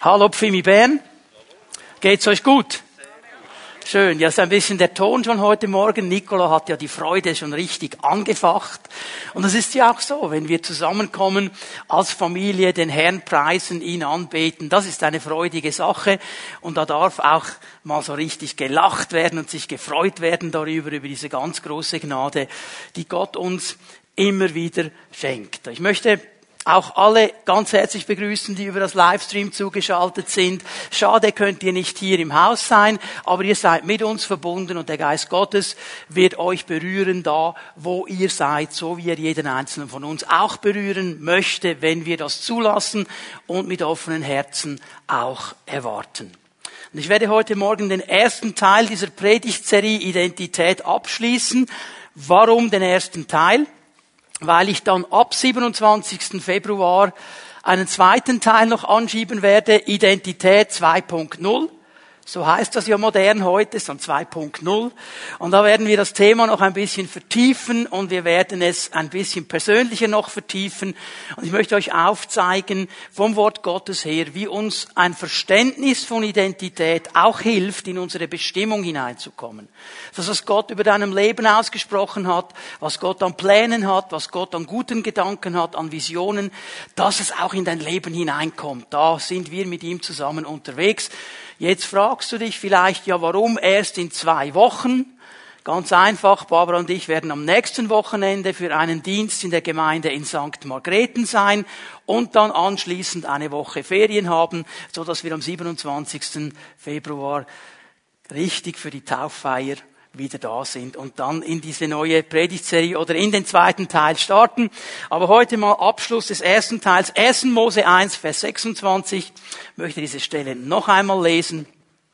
Hallo Pfimi Bern. Geht's euch gut? Schön. Ja, ist ein bisschen der Ton schon heute Morgen. Nicola hat ja die Freude schon richtig angefacht. Und das ist ja auch so, wenn wir zusammenkommen als Familie, den Herrn preisen, ihn anbeten. Das ist eine freudige Sache. Und da darf auch mal so richtig gelacht werden und sich gefreut werden darüber, über diese ganz große Gnade, die Gott uns immer wieder schenkt. Ich möchte auch alle ganz herzlich begrüßen, die über das Livestream zugeschaltet sind. Schade, könnt ihr nicht hier im Haus sein, aber ihr seid mit uns verbunden und der Geist Gottes wird euch berühren da, wo ihr seid, so wie er jeden einzelnen von uns auch berühren möchte, wenn wir das zulassen und mit offenen Herzen auch erwarten. Und ich werde heute Morgen den ersten Teil dieser Predigtserie Identität abschließen. Warum den ersten Teil? Weil ich dann ab 27. Februar einen zweiten Teil noch anschieben werde, Identität 2.0. So heißt das ja modern heute, ist dann 2.0. Und da werden wir das Thema noch ein bisschen vertiefen und wir werden es ein bisschen persönlicher noch vertiefen. Und ich möchte euch aufzeigen vom Wort Gottes her, wie uns ein Verständnis von Identität auch hilft, in unsere Bestimmung hineinzukommen. Das, was Gott über deinem Leben ausgesprochen hat, was Gott an Plänen hat, was Gott an guten Gedanken hat, an Visionen, dass es auch in dein Leben hineinkommt. Da sind wir mit ihm zusammen unterwegs. Jetzt fragst du dich vielleicht, ja, warum erst in 2 Wochen? Ganz einfach, Barbara und ich werden am nächsten Wochenende für einen Dienst in der Gemeinde in St. Margrethen sein und dann anschließend eine Woche Ferien haben, so dass wir am 27. Februar richtig für die Tauffeier wieder da sind und dann in diese neue Predigtserie oder in den zweiten Teil starten. Aber heute mal Abschluss des ersten Teils. 1. Mose 1, Vers 26. Ich möchte diese Stelle noch einmal lesen.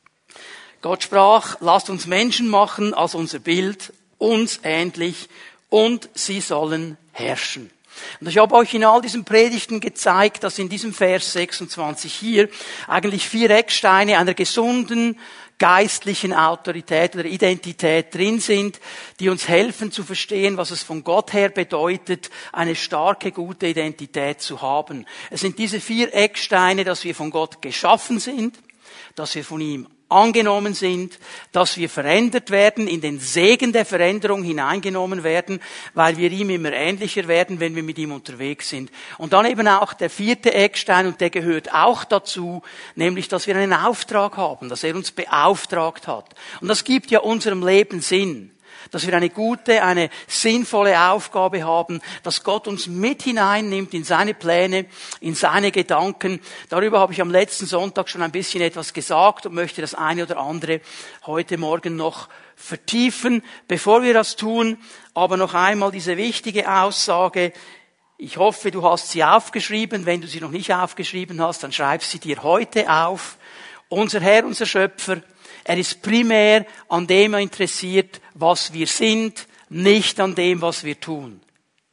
Gott sprach, lasst uns Menschen machen als unser Bild, uns ähnlich, und sie sollen herrschen. Und ich habe euch in all diesen Predigten gezeigt, dass in diesem Vers 26 hier eigentlich 4 Ecksteine einer gesunden, geistlichen Autorität oder Identität drin sind, die uns helfen zu verstehen, was es von Gott her bedeutet, eine starke, gute Identität zu haben. Es sind diese 4 Ecksteine, dass wir von Gott geschaffen sind, dass wir von ihm angenommen sind, dass wir verändert werden, in den Segen der Veränderung hineingenommen werden, weil wir ihm immer ähnlicher werden, wenn wir mit ihm unterwegs sind. Und dann eben auch der 4. Eckstein, und der gehört auch dazu, nämlich, dass wir einen Auftrag haben, dass er uns beauftragt hat. Und das gibt ja unserem Leben Sinn. Dass wir eine gute, eine sinnvolle Aufgabe haben, dass Gott uns mit hineinnimmt in seine Pläne, in seine Gedanken. Darüber habe ich am letzten Sonntag schon ein bisschen etwas gesagt und möchte das eine oder andere heute Morgen noch vertiefen. Bevor wir das tun, aber noch einmal diese wichtige Aussage. Ich hoffe, du hast sie aufgeschrieben. Wenn du sie noch nicht aufgeschrieben hast, dann schreib sie dir heute auf. Unser Herr, unser Schöpfer, er ist primär an dem interessiert, was wir sind, nicht an dem, was wir tun.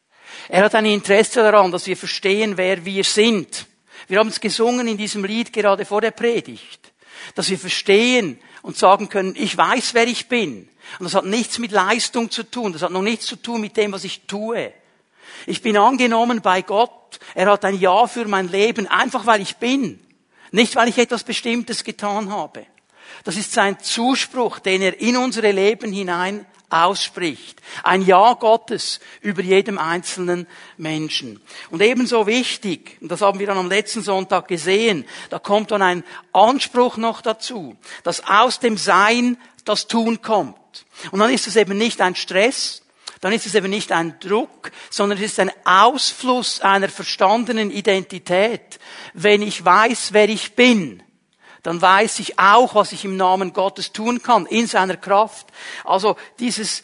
Er hat ein Interesse daran, dass wir verstehen, wer wir sind. Wir haben es gesungen in diesem Lied gerade vor der Predigt. Dass wir verstehen und sagen können, ich weiß, wer ich bin. Und das hat nichts mit Leistung zu tun. Das hat noch nichts zu tun mit dem, was ich tue. Ich bin angenommen bei Gott. Er hat ein Ja für mein Leben, einfach weil ich bin. Nicht, weil ich etwas Bestimmtes getan habe. Das ist sein Zuspruch, den er in unsere Leben hinein ausspricht. Ein Ja Gottes über jedem einzelnen Menschen. Und ebenso wichtig, und das haben wir dann am letzten Sonntag gesehen, da kommt dann ein Anspruch noch dazu, dass aus dem Sein das Tun kommt. Und dann ist es eben nicht ein Stress, dann ist es eben nicht ein Druck, sondern es ist ein Ausfluss einer verstandenen Identität. Wenn ich weiß, wer ich bin, dann weiß ich auch, was ich im Namen Gottes tun kann, in seiner Kraft. Also dieses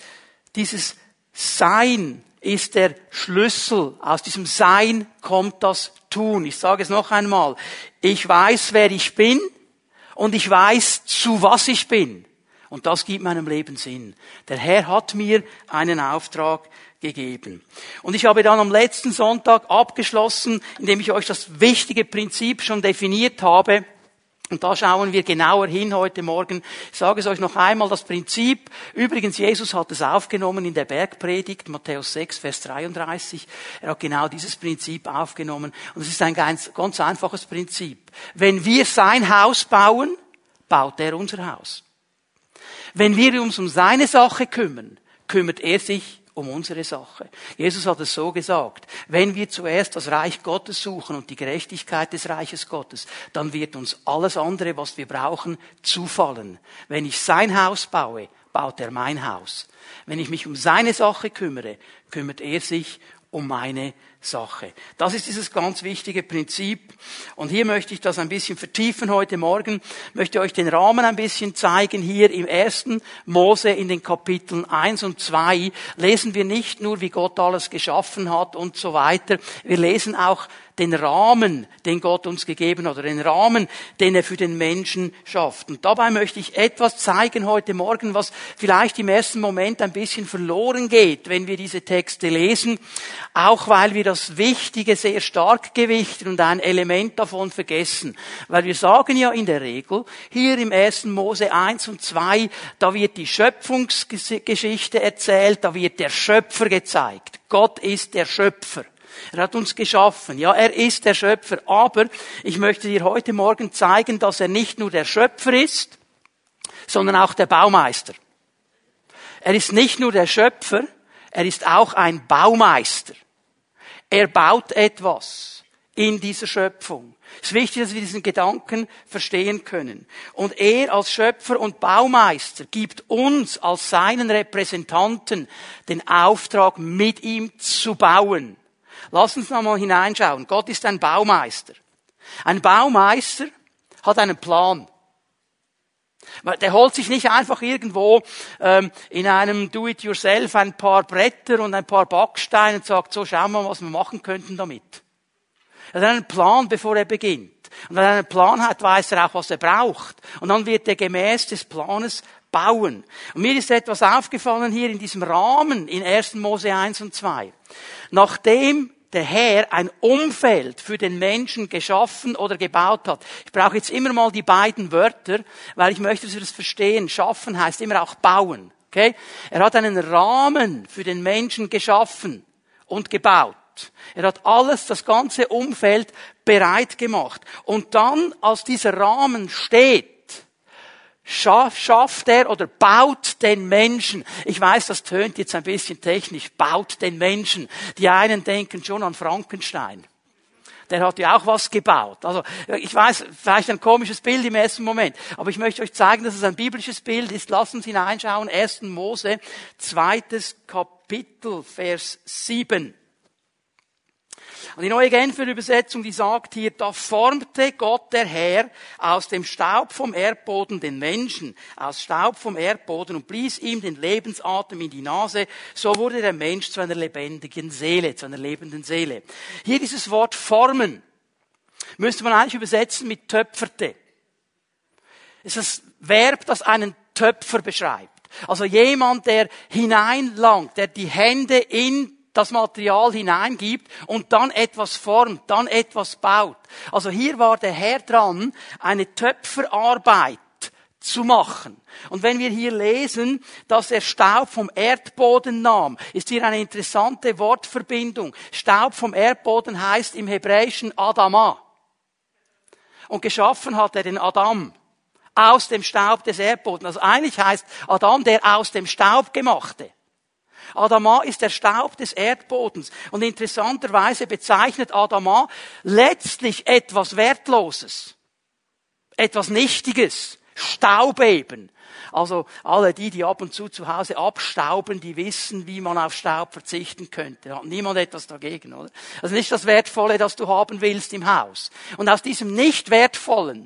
Sein ist der Schlüssel. Aus diesem Sein kommt das Tun. Ich sage es noch einmal. Ich weiß, wer ich bin und ich weiß, zu was ich bin. Und das gibt meinem Leben Sinn. Der Herr hat mir einen Auftrag gegeben. Und ich habe dann am letzten Sonntag abgeschlossen, indem ich euch das wichtige Prinzip schon definiert habe. Und da schauen wir genauer hin heute Morgen. Ich sage es euch noch einmal, das Prinzip. Übrigens, Jesus hat es aufgenommen in der Bergpredigt, Matthäus 6, Vers 33. Er hat genau dieses Prinzip aufgenommen. Und es ist ein ganz einfaches Prinzip. Wenn wir sein Haus bauen, baut er unser Haus. Wenn wir uns um seine Sache kümmern, kümmert er sich um unsere Sache. Jesus hat es so gesagt, wenn wir zuerst das Reich Gottes suchen und die Gerechtigkeit des Reiches Gottes, dann wird uns alles andere, was wir brauchen, zufallen. Wenn ich sein Haus baue, baut er mein Haus. Wenn ich mich um seine Sache kümmere, kümmert er sich um meine Sache. Das ist dieses ganz wichtige Prinzip. Und hier möchte ich das ein bisschen vertiefen heute Morgen. Möchte euch den Rahmen ein bisschen zeigen. Hier im 1. Mose in den Kapiteln 1 und 2 lesen wir nicht nur, wie Gott alles geschaffen hat und so weiter. Wir lesen auch den Rahmen, den Gott uns gegeben hat, oder den Rahmen, den er für den Menschen schafft. Und dabei möchte ich etwas zeigen heute Morgen, was vielleicht im ersten Moment ein bisschen verloren geht, wenn wir diese Texte lesen, auch weil wir das Wichtige sehr stark gewichten und ein Element davon vergessen. Weil wir sagen ja in der Regel, hier im 1. Mose 1 und 2, da wird die Schöpfungsgeschichte erzählt, da wird der Schöpfer gezeigt. Gott ist der Schöpfer. Er hat uns geschaffen. Ja, er ist der Schöpfer. Aber ich möchte dir heute Morgen zeigen, dass er nicht nur der Schöpfer ist, sondern auch der Baumeister. Er ist nicht nur der Schöpfer, er ist auch ein Baumeister. Er baut etwas in dieser Schöpfung. Es ist wichtig, dass wir diesen Gedanken verstehen können. Und er als Schöpfer und Baumeister gibt uns als seinen Repräsentanten den Auftrag, mit ihm zu bauen. Lass uns noch mal hineinschauen. Gott ist ein Baumeister. Ein Baumeister hat einen Plan. Der holt sich nicht einfach irgendwo in einem Do-it-yourself ein paar Bretter und ein paar Backsteine und sagt, so schauen wir mal, was wir machen könnten damit. Er hat einen Plan, bevor er beginnt. Und wenn er einen Plan hat, weiß er auch, was er braucht. Und dann wird er gemäß des Planes bauen. Und mir ist etwas aufgefallen hier in diesem Rahmen in 1. Mose 1 und 2. Nachdem der Herr ein Umfeld für den Menschen geschaffen oder gebaut hat. Ich brauche jetzt immer mal die beiden Wörter, weil ich möchte, dass wir das verstehen. Schaffen heißt immer auch bauen. Okay? Er hat einen Rahmen für den Menschen geschaffen und gebaut. Er hat alles, das ganze Umfeld bereit gemacht. Und dann, als dieser Rahmen steht, schafft er oder baut den Menschen. Ich weiß, das tönt jetzt ein bisschen technisch. Baut den Menschen. Die einen denken schon an Frankenstein. Der hat ja auch was gebaut. Also, ich weiß, vielleicht ein komisches Bild im ersten Moment. Aber ich möchte euch zeigen, dass es ein biblisches Bild ist. Lasst uns hineinschauen. 1. Mose, 2. Kapitel, Vers 7. Und die Neue Genfer Übersetzung, die sagt hier, da formte Gott der Herr aus dem Staub vom Erdboden den Menschen, aus Staub vom Erdboden und blies ihm den Lebensatem in die Nase. So wurde der Mensch zu einer lebendigen Seele, zu einer lebenden Seele. Hier dieses Wort formen müsste man eigentlich übersetzen mit töpferte. Es ist das Verb, das einen Töpfer beschreibt. Also jemand, der hineinlangt, der die Hände in das Material hineingibt und dann etwas formt, dann etwas baut. Also hier war der Herr dran, eine Töpferarbeit zu machen. Und wenn wir hier lesen, dass er Staub vom Erdboden nahm, ist hier eine interessante Wortverbindung. Staub vom Erdboden heißt im Hebräischen Adama. Und geschaffen hat er den Adam aus dem Staub des Erdbodens. Also eigentlich heißt Adam der aus dem Staub gemachte. Adama ist der Staub des Erdbodens. Und interessanterweise bezeichnet Adama letztlich etwas Wertloses. Etwas Nichtiges. Staub eben. Also alle die ab und zu Hause abstauben, die wissen, wie man auf Staub verzichten könnte. Da hat niemand etwas dagegen, oder? Also nicht das Wertvolle, das du haben willst im Haus. Und aus diesem nicht Wertvollen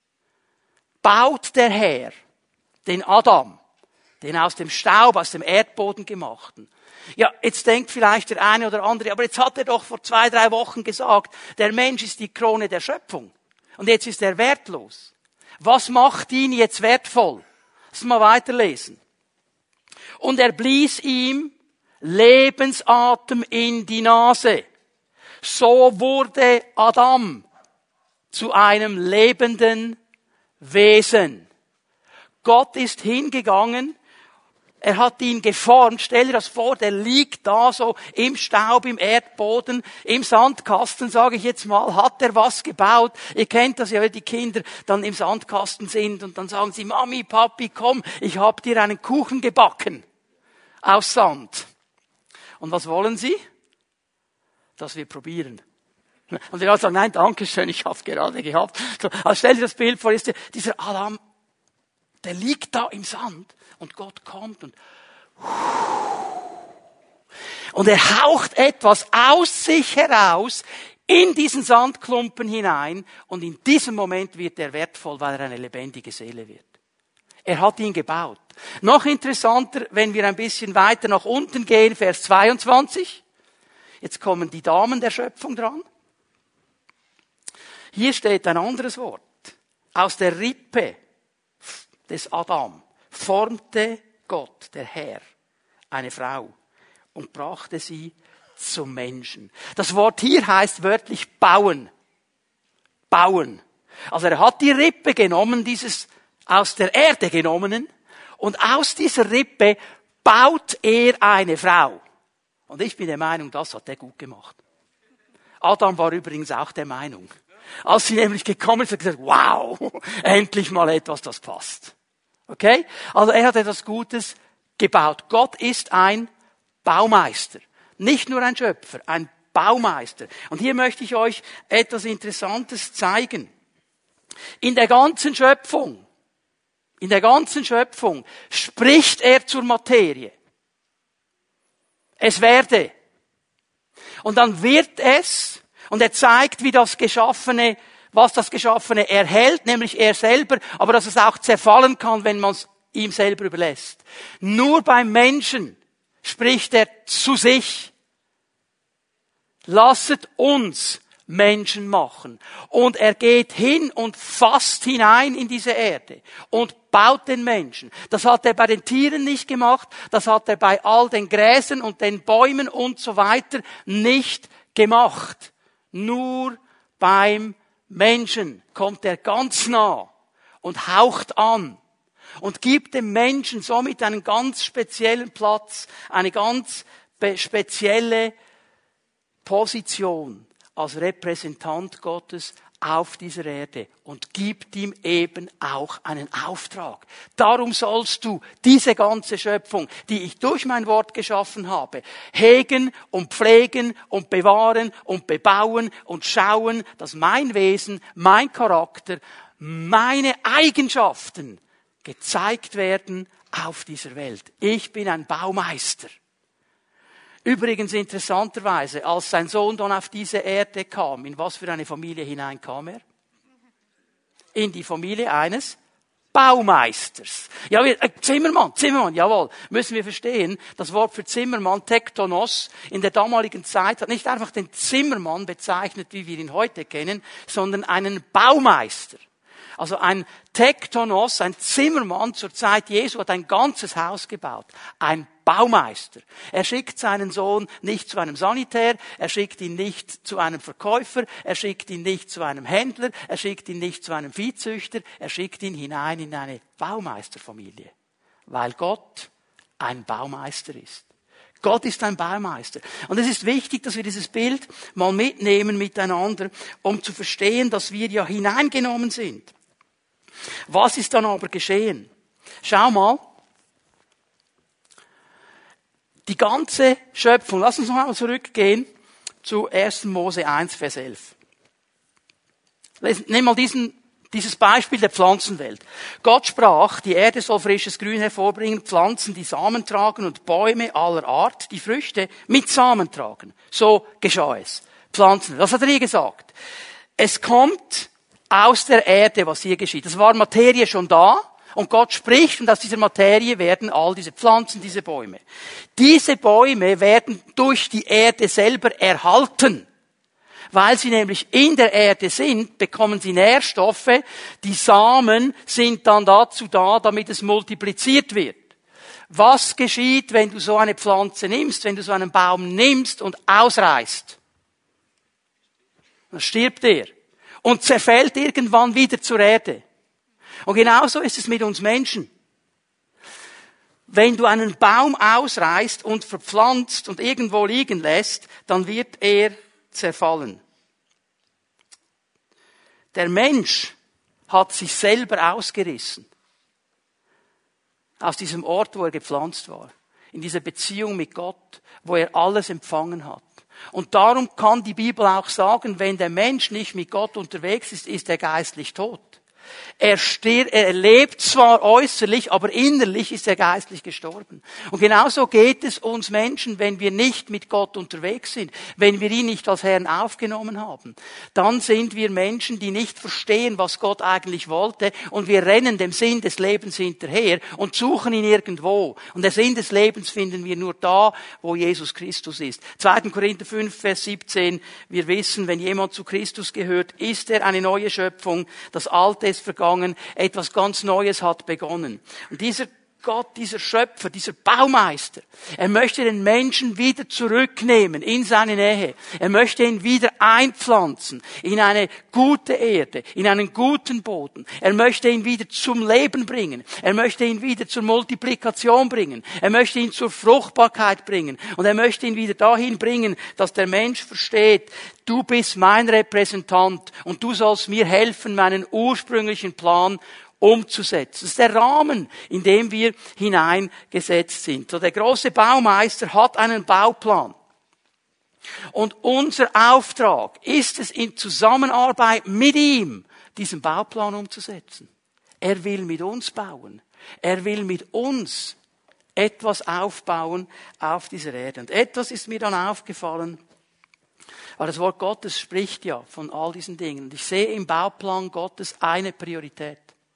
baut der Herr den Adam. Den aus dem Staub, aus dem Erdboden gemachten. Ja, jetzt denkt vielleicht der eine oder andere, aber jetzt hat er doch vor 2-3 Wochen gesagt, der Mensch ist die Krone der Schöpfung. Und jetzt ist er wertlos. Was macht ihn jetzt wertvoll? Lass mal weiterlesen. Und er blies ihm Lebensatem in die Nase. So wurde Adam zu einem lebenden Wesen. Gott ist hingegangen, er hat ihn geformt. Stell dir das vor, der liegt da so im Staub, im Erdboden, im Sandkasten, sage ich jetzt mal, hat er was gebaut. Ihr kennt das ja, wenn die Kinder dann im Sandkasten sind und dann sagen sie, Mami, Papi, komm, ich hab dir einen Kuchen gebacken. Aus Sand. Und was wollen sie? Dass wir probieren. Und wir sagen, nein, danke schön, ich hab's gerade gehabt. So, also stell dir das Bild vor, ist dieser Adam, der liegt da im Sand und Gott kommt und er haucht etwas aus sich heraus in diesen Sandklumpen hinein und in diesem Moment wird er wertvoll, weil er eine lebendige Seele wird. Er hat ihn gebaut. Noch interessanter, wenn wir ein bisschen weiter nach unten gehen, Vers 22. Jetzt kommen die Damen der Schöpfung dran. Hier steht ein anderes Wort. Aus der Rippe des Adam formte Gott, der Herr, eine Frau und brachte sie zum Menschen. Das Wort hier heißt wörtlich bauen. Bauen. Also er hat die Rippe genommen, dieses aus der Erde genommenen, und aus dieser Rippe baut er eine Frau. Und ich bin der Meinung, das hat er gut gemacht. Adam war übrigens auch der Meinung. Als sie nämlich gekommen ist, hat er gesagt, wow, endlich mal etwas, das passt. Okay? Also er hat etwas Gutes gebaut. Gott ist ein Baumeister. Nicht nur ein Schöpfer, ein Baumeister. Und hier möchte ich euch etwas Interessantes zeigen. In der ganzen Schöpfung spricht er zur Materie. Es werde. Und dann wird es, und er zeigt, was das Geschaffene erhält, nämlich er selber, aber dass es auch zerfallen kann, wenn man es ihm selber überlässt. Nur beim Menschen spricht er zu sich. Lasset uns Menschen machen. Und er geht hin und fasst hinein in diese Erde und baut den Menschen. Das hat er bei den Tieren nicht gemacht, das hat er bei all den Gräsern und den Bäumen und so weiter nicht gemacht. Nur beim Menschen kommt er ganz nah und haucht an und gibt dem Menschen somit einen ganz speziellen Platz, eine ganz spezielle Position als Repräsentant Gottes auf dieser Erde und gibt ihm eben auch einen Auftrag. Darum sollst du diese ganze Schöpfung, die ich durch mein Wort geschaffen habe, hegen und pflegen und bewahren und bebauen und schauen, dass mein Wesen, mein Charakter, meine Eigenschaften gezeigt werden auf dieser Welt. Ich bin ein Baumeister. Übrigens interessanterweise, als sein Sohn dann auf diese Erde kam, in was für eine Familie hinein kam er? In die Familie eines Baumeisters. Ja, Zimmermann, jawohl, müssen wir verstehen. Das Wort für Zimmermann, Tektonos, in der damaligen Zeit hat nicht einfach den Zimmermann bezeichnet, wie wir ihn heute kennen, sondern einen Baumeister. Also ein Tektonos, ein Zimmermann zur Zeit Jesu hat ein ganzes Haus gebaut. Ein Baumeister. Er schickt seinen Sohn nicht zu einem Sanitär, er schickt ihn nicht zu einem Verkäufer, er schickt ihn nicht zu einem Händler, er schickt ihn nicht zu einem Viehzüchter, er schickt ihn hinein in eine Baumeisterfamilie. Weil Gott ein Baumeister ist. Gott ist ein Baumeister. Und es ist wichtig, dass wir dieses Bild mal mitnehmen miteinander, um zu verstehen, dass wir ja hineingenommen sind. Was ist dann aber geschehen? Schau mal. Die ganze Schöpfung. Lass uns noch einmal zurückgehen zu 1. Mose 1, Vers 11. Nimm mal dieses Beispiel der Pflanzenwelt. Gott sprach, die Erde soll frisches Grün hervorbringen, Pflanzen, die Samen tragen und Bäume aller Art, die Früchte mit Samen tragen. So geschah es. Pflanzen. Das hat er hier gesagt. Es kommt aus der Erde, was hier geschieht. Es war Materie schon da und Gott spricht und aus dieser Materie werden all diese Pflanzen, diese Bäume. Diese Bäume werden durch die Erde selber erhalten. Weil sie nämlich in der Erde sind, bekommen sie Nährstoffe. Die Samen sind dann dazu da, damit es multipliziert wird. Was geschieht, wenn du so eine Pflanze nimmst, wenn du so einen Baum nimmst und ausreißt? Dann stirbt er und zerfällt irgendwann wieder zur Erde. Und genauso ist es mit uns Menschen. Wenn du einen Baum ausreißt und verpflanzt und irgendwo liegen lässt, dann wird er zerfallen. Der Mensch hat sich selber ausgerissen. Aus diesem Ort, wo er gepflanzt war. In dieser Beziehung mit Gott, wo er alles empfangen hat. Und darum kann die Bibel auch sagen, wenn der Mensch nicht mit Gott unterwegs ist, ist er geistlich tot. Er lebt zwar äußerlich, aber innerlich ist er geistlich gestorben. Und genauso geht es uns Menschen, wenn wir nicht mit Gott unterwegs sind, wenn wir ihn nicht als Herrn aufgenommen haben. Dann sind wir Menschen, die nicht verstehen, was Gott eigentlich wollte, und wir rennen dem Sinn des Lebens hinterher und suchen ihn irgendwo. Und der Sinn des Lebens finden wir nur da, wo Jesus Christus ist. 2. Korinther 5, Vers 17, wir wissen, wenn jemand zu Christus gehört, ist er eine neue Schöpfung, das Alte ist vergangen, etwas ganz Neues hat begonnen. Und dieser Gott, dieser Schöpfer, dieser Baumeister, er möchte den Menschen wieder zurücknehmen in seine Nähe. Er möchte ihn wieder einpflanzen in eine gute Erde, in einen guten Boden. Er möchte ihn wieder zum Leben bringen. Er möchte ihn wieder zur Multiplikation bringen. Er möchte ihn zur Fruchtbarkeit bringen. Und er möchte ihn wieder dahin bringen, dass der Mensch versteht, du bist mein Repräsentant und du sollst mir helfen, meinen ursprünglichen Plan umzusetzen. Das ist der Rahmen, in dem wir hineingesetzt sind. So, der große Baumeister hat einen Bauplan. Und unser Auftrag ist es, in Zusammenarbeit mit ihm, diesen Bauplan umzusetzen. Er will mit uns bauen. Er will mit uns etwas aufbauen auf dieser Erde. Und etwas ist mir dann aufgefallen, weil das Wort Gottes spricht ja von all diesen Dingen. Und ich sehe im Bauplan Gottes eine Priorität.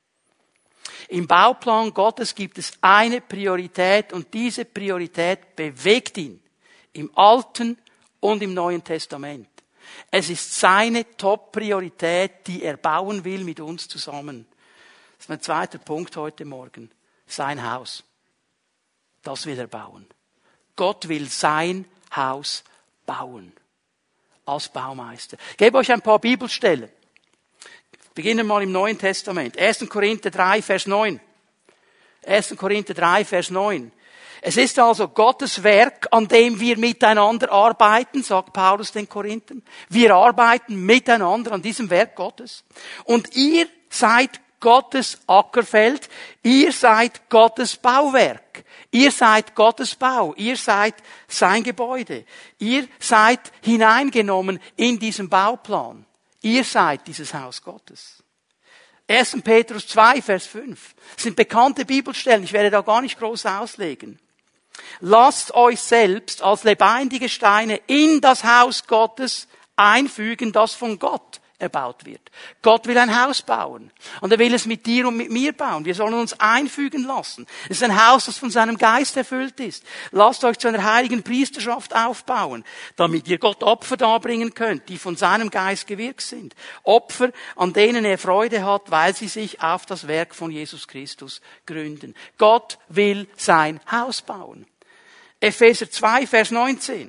Im Bauplan Gottes gibt es eine Priorität und diese Priorität bewegt ihn im Alten und im Neuen Testament. Es ist seine Top-Priorität, die er bauen will mit uns zusammen. Das ist mein zweiter Punkt heute Morgen. Sein Haus. Das will er bauen. Gott will sein Haus bauen. Als Baumeister. Ich gebe euch ein paar Bibelstellen. Beginnen mal im Neuen Testament. 1. Korinther 3, Vers 9. 1. Korinther 3, Vers 9. Es ist also Gottes Werk, an dem wir miteinander arbeiten, sagt Paulus den Korinthern. Wir arbeiten miteinander an diesem Werk Gottes. Und ihr seid Gottes Ackerfeld, ihr seid Gottes Bauwerk. Ihr seid Gottes Bau, ihr seid sein Gebäude. Ihr seid hineingenommen in diesen Bauplan. Ihr seid dieses Haus Gottes. 1. Petrus 2, Vers 5. Das sind bekannte Bibelstellen, ich werde da gar nicht groß auslegen. Lasst euch selbst als lebendige Steine in das Haus Gottes einfügen, das von Gott erbaut wird. Gott will ein Haus bauen. Und er will es mit dir und mit mir bauen. Wir sollen uns einfügen lassen. Es ist ein Haus, das von seinem Geist erfüllt ist. Lasst euch zu einer heiligen Priesterschaft aufbauen, damit ihr Gott Opfer darbringen könnt, die von seinem Geist gewirkt sind. Opfer, an denen er Freude hat, weil sie sich auf das Werk von Jesus Christus gründen. Gott will sein Haus bauen. Epheser 2, Vers 19.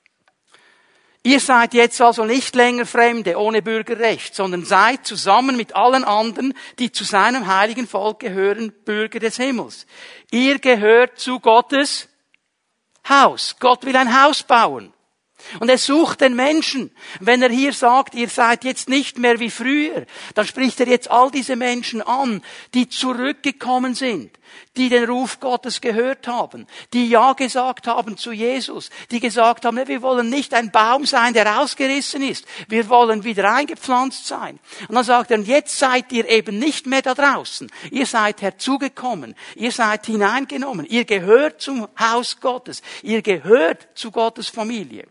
Ihr seid jetzt also nicht länger Fremde ohne Bürgerrecht, sondern seid zusammen mit allen anderen, die zu seinem heiligen Volk gehören, Bürger des Himmels. Ihr gehört zu Gottes Haus. Gott will ein Haus bauen. Und er sucht den Menschen. Wenn er hier sagt, ihr seid jetzt nicht mehr wie früher, dann spricht er jetzt all diese Menschen an, die zurückgekommen sind, die den Ruf Gottes gehört haben, die Ja gesagt haben zu Jesus, die gesagt haben, wir wollen nicht ein Baum sein, der ausgerissen ist, wir wollen wieder eingepflanzt sein. Und dann sagt er, und jetzt seid ihr eben nicht mehr da draußen, ihr seid herzugekommen, ihr seid hineingenommen, ihr gehört zum Haus Gottes, ihr gehört zu Gottes Familie.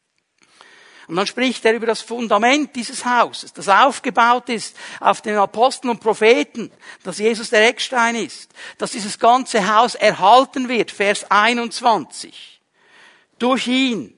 Und dann spricht er über das Fundament dieses Hauses, das aufgebaut ist auf den Aposteln und Propheten, dass Jesus der Eckstein ist, dass dieses ganze Haus erhalten wird, Vers 21. Durch ihn.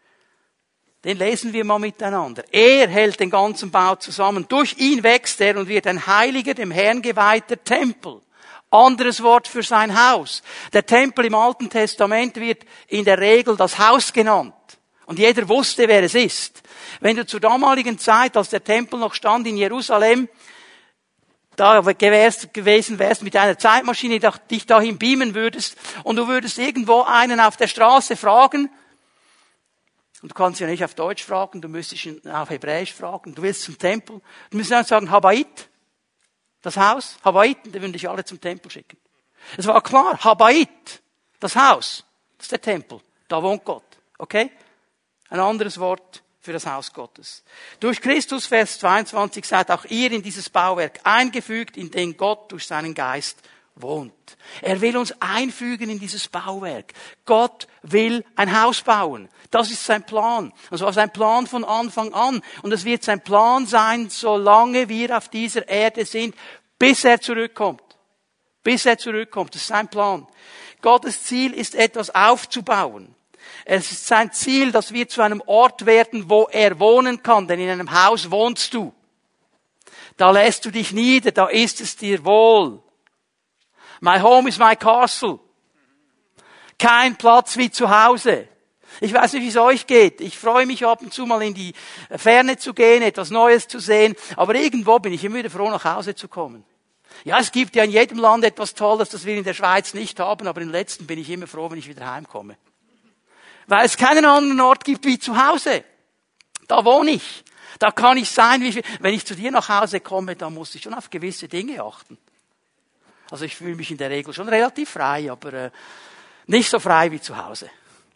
Den lesen wir mal miteinander. Er hält den ganzen Bau zusammen. Durch ihn wächst er und wird ein heiliger, dem Herrn geweihter Tempel. Anderes Wort für sein Haus. Der Tempel im Alten Testament wird in der Regel das Haus genannt. Und jeder wusste, wer es ist. Wenn du zur damaligen Zeit, als der Tempel noch stand in Jerusalem, da gewesen wärst mit einer Zeitmaschine, dich dahin beamen würdest und du würdest irgendwo einen auf der Straße fragen, und du kannst ja nicht auf Deutsch fragen, du müsstest ihn auf Hebräisch fragen, du willst zum Tempel, du müsstest dann sagen, Habait, das Haus, Habaiten, die würden dich alle zum Tempel schicken. Es war klar, Habait, das Haus, das ist der Tempel, da wohnt Gott, okay? Ein anderes Wort für das Haus Gottes. Durch Christus, Vers 22, seid auch ihr in dieses Bauwerk eingefügt, in dem Gott durch seinen Geist wohnt. Er will uns einfügen in dieses Bauwerk. Gott will ein Haus bauen. Das ist sein Plan. Das war sein Plan von Anfang an. Und es wird sein Plan sein, solange wir auf dieser Erde sind, bis er zurückkommt. Bis er zurückkommt. Das ist sein Plan. Gottes Ziel ist, etwas aufzubauen. Es ist sein Ziel, dass wir zu einem Ort werden, wo er wohnen kann. Denn in einem Haus wohnst du. Da lässt du dich nieder, da ist es dir wohl. My home is my castle. Kein Platz wie zu Hause. Ich weiß nicht, wie es euch geht. Ich freue mich ab und zu mal in die Ferne zu gehen, etwas Neues zu sehen. Aber irgendwo bin ich immer wieder froh, nach Hause zu kommen. Ja, es gibt ja in jedem Land etwas Tolles, das wir in der Schweiz nicht haben. Aber im Letzten bin ich immer froh, wenn ich wieder heimkomme. Weil es keinen anderen Ort gibt wie zu Hause. Da wohne ich. Da kann ich sein, wenn ich zu dir nach Hause komme, dann muss ich schon auf gewisse Dinge achten. Also ich fühle mich in der Regel schon relativ frei, aber nicht so frei wie zu Hause.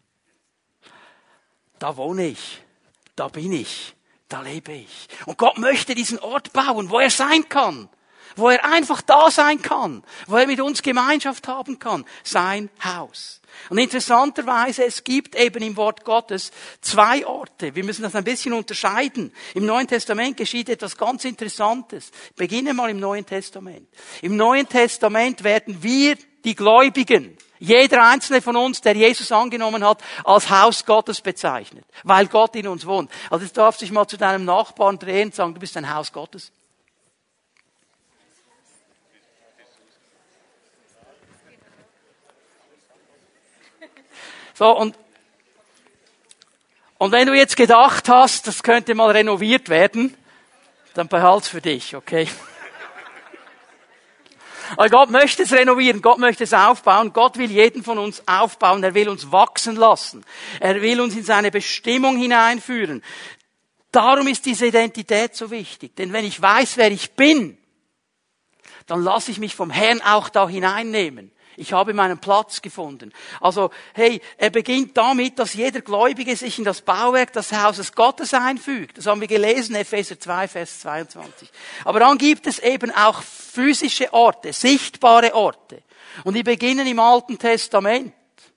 Da wohne ich, da bin ich, da lebe ich. Und Gott möchte diesen Ort bauen, wo er sein kann, wo er einfach da sein kann, wo er mit uns Gemeinschaft haben kann. Sein Haus. Und interessanterweise, es gibt eben im Wort Gottes 2 Orte. Wir müssen das ein bisschen unterscheiden. Im Neuen Testament geschieht etwas ganz Interessantes. Ich beginne mal im Neuen Testament. Im Neuen Testament werden wir, die Gläubigen, jeder einzelne von uns, der Jesus angenommen hat, als Haus Gottes bezeichnet. Weil Gott in uns wohnt. Also jetzt darfst du dich mal zu deinem Nachbarn drehen und sagen, du bist ein Haus Gottes. So, und wenn du jetzt gedacht hast, das könnte mal renoviert werden, dann behalt's für dich, okay? Aber Gott möchte es renovieren, Gott möchte es aufbauen, Gott will jeden von uns aufbauen, er will uns wachsen lassen, er will uns in seine Bestimmung hineinführen. Darum ist diese Identität so wichtig, denn wenn ich weiß, wer ich bin, dann lasse ich mich vom Herrn auch da hineinnehmen. Ich habe meinen Platz gefunden. Also, hey, er beginnt damit, dass jeder Gläubige sich in das Bauwerk des Hauses Gottes einfügt. Das haben wir gelesen, Epheser 2, Vers 22. Aber dann gibt es eben auch physische Orte, sichtbare Orte. Und die beginnen im Alten Testament.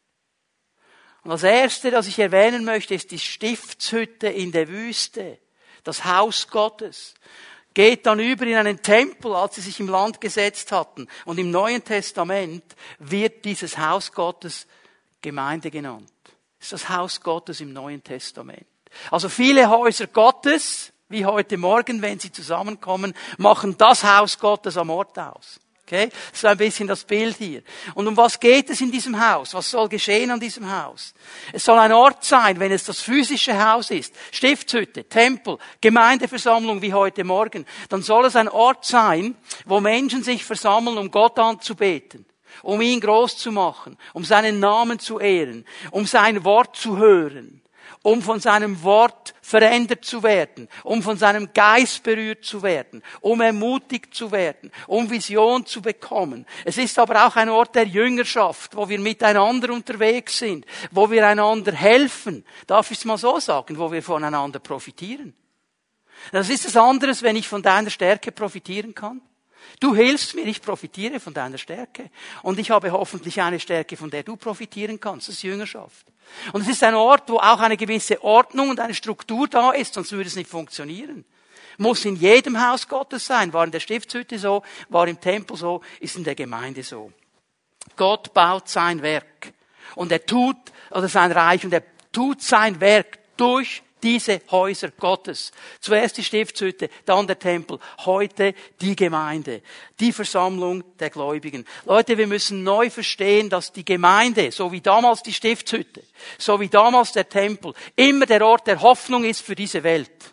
Und das erste, das ich erwähnen möchte, ist die Stiftshütte in der Wüste. Das Haus Gottes. Geht dann über in einen Tempel, als sie sich im Land gesetzt hatten. Und im Neuen Testament wird dieses Haus Gottes Gemeinde genannt. Das ist das Haus Gottes im Neuen Testament. Also viele Häuser Gottes, wie heute Morgen, wenn sie zusammenkommen, machen das Haus Gottes am Ort aus. Okay? Das ist ein bisschen das Bild hier. Und um was geht es in diesem Haus? Was soll geschehen an diesem Haus? Es soll ein Ort sein, wenn es das physische Haus ist, Stiftshütte, Tempel, Gemeindeversammlung wie heute Morgen, dann soll es ein Ort sein, wo Menschen sich versammeln, um Gott anzubeten, um ihn groß zu machen, um seinen Namen zu ehren, um sein Wort zu hören, um von seinem Wort verändert zu werden, um von seinem Geist berührt zu werden, um ermutigt zu werden, um Vision zu bekommen. Es ist aber auch ein Ort der Jüngerschaft, wo wir miteinander unterwegs sind, wo wir einander helfen. Darf ich es mal so sagen, wo wir voneinander profitieren? Das ist etwas anderes, wenn ich von deiner Stärke profitieren kann. Du hilfst mir, ich profitiere von deiner Stärke. Und ich habe hoffentlich eine Stärke, von der du profitieren kannst. Das ist Jüngerschaft. Und es ist ein Ort, wo auch eine gewisse Ordnung und eine Struktur da ist, sonst würde es nicht funktionieren. Muss in jedem Haus Gottes sein. War in der Stiftshütte so, war im Tempel so, ist in der Gemeinde so. Gott baut sein Werk. Und er tut, oder sein Reich, und er tut sein Werk durch diese Häuser Gottes. Zuerst die Stiftshütte, dann der Tempel, heute die Gemeinde, die Versammlung der Gläubigen. Leute, wir müssen neu verstehen, dass die Gemeinde, so wie damals die Stiftshütte, so wie damals der Tempel, immer der Ort der Hoffnung ist für diese Welt.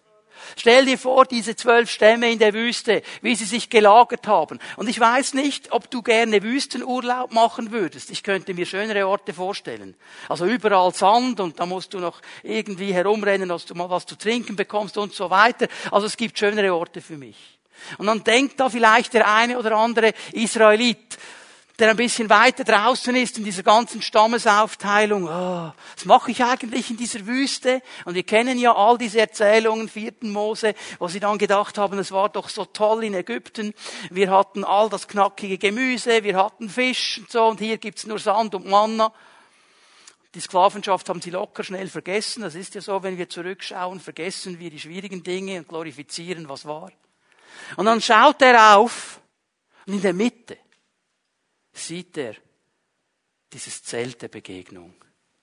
Stell dir vor, diese 12 Stämme in der Wüste, wie sie sich gelagert haben. Und ich weiß nicht, ob du gerne Wüstenurlaub machen würdest. Ich könnte mir schönere Orte vorstellen. Also überall Sand und da musst du noch irgendwie herumrennen, dass du mal was zu trinken bekommst und so weiter. Also es gibt schönere Orte für mich. Und dann denkt da vielleicht der eine oder andere Israelit, der ein bisschen weiter draußen ist in dieser ganzen Stammesaufteilung. Oh, was mache ich eigentlich in dieser Wüste? Und wir kennen ja all diese Erzählungen, 4. Mose, wo sie dann gedacht haben, es war doch so toll in Ägypten. Wir hatten all das knackige Gemüse, wir hatten Fisch und so, und hier gibt's nur Sand und Manna. Die Sklavenschaft haben sie locker schnell vergessen. Das ist ja so, wenn wir zurückschauen, vergessen wir die schwierigen Dinge und glorifizieren, was war. Und dann schaut er auf und in der Mitte sieht er dieses Zelt der Begegnung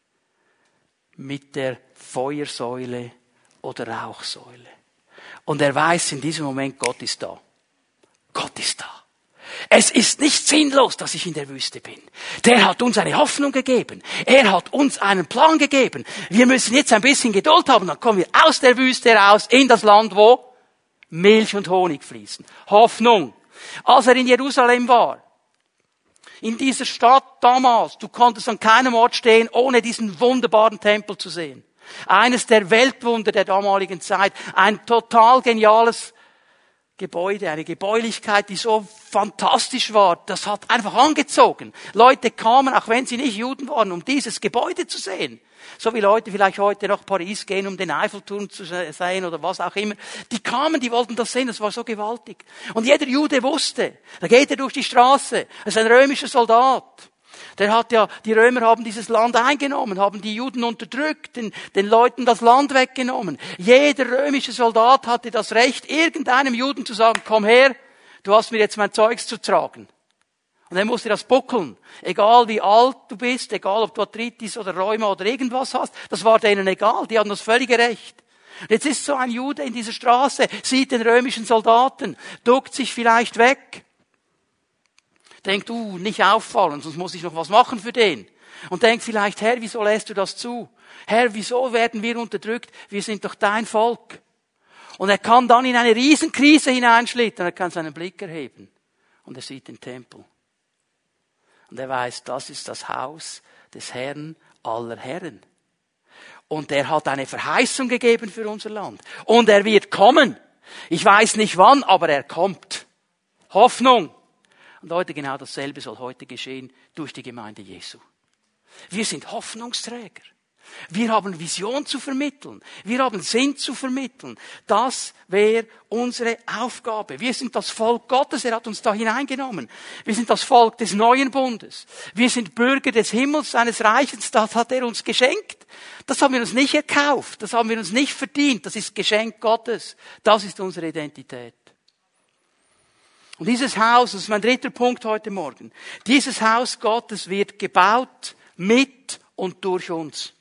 mit der Feuersäule oder Rauchsäule. Und er weiß in diesem Moment, Gott ist da. Gott ist da. Es ist nicht sinnlos, dass ich in der Wüste bin. Der hat uns eine Hoffnung gegeben. Er hat uns einen Plan gegeben. Wir müssen jetzt ein bisschen Geduld haben, dann kommen wir aus der Wüste raus in das Land, wo Milch und Honig fließen. Hoffnung. Als er in Jerusalem war, in dieser Stadt damals, du konntest an keinem Ort stehen, ohne diesen wunderbaren Tempel zu sehen. Eines der Weltwunder der damaligen Zeit. Ein total geniales Gebäude, eine Gebäulichkeit, die so fantastisch war. Das hat einfach angezogen. Leute kamen, auch wenn sie nicht Juden waren, um dieses Gebäude zu sehen. So wie Leute vielleicht heute nach Paris gehen, um den Eiffelturm zu sehen oder was auch immer. Die kamen, die wollten das sehen, das war so gewaltig. Und jeder Jude wusste, da geht er durch die Straße, das ist ein römischer Soldat. Die Römer haben dieses Land eingenommen, haben die Juden unterdrückt, den Leuten das Land weggenommen. Jeder römische Soldat hatte das Recht, irgendeinem Juden zu sagen, komm her, du hast mir jetzt mein Zeugs zu tragen. Und er musste das buckeln. Egal wie alt du bist, egal ob du Arthritis oder Rheuma oder irgendwas hast, das war denen egal, die hatten das völlige Recht. Und jetzt ist so ein Jude in dieser Straße, sieht den römischen Soldaten, duckt sich vielleicht weg, denkt, nicht auffallen, sonst muss ich noch was machen für den. Und denkt vielleicht, Herr, wieso lässt du das zu? Herr, wieso werden wir unterdrückt? Wir sind doch dein Volk. Und er kann dann in eine Riesenkrise hineinschlittern, er kann seinen Blick erheben. Und er sieht den Tempel. Und er weiß, das ist das Haus des Herrn aller Herren. Und er hat eine Verheißung gegeben für unser Land. Und er wird kommen. Ich weiß nicht wann, aber er kommt. Hoffnung. Und Leute, genau dasselbe soll heute geschehen durch die Gemeinde Jesu. Wir sind Hoffnungsträger. Wir haben Vision zu vermitteln. Wir haben Sinn zu vermitteln. Das wäre unsere Aufgabe. Wir sind das Volk Gottes. Er hat uns da hineingenommen. Wir sind das Volk des neuen Bundes. Wir sind Bürger des Himmels, seines Reiches. Das hat er uns geschenkt. Das haben wir uns nicht erkauft. Das haben wir uns nicht verdient. Das ist Geschenk Gottes. Das ist unsere Identität. Und dieses Haus, das ist mein dritter Punkt heute Morgen. Dieses Haus Gottes wird gebaut mit und durch uns.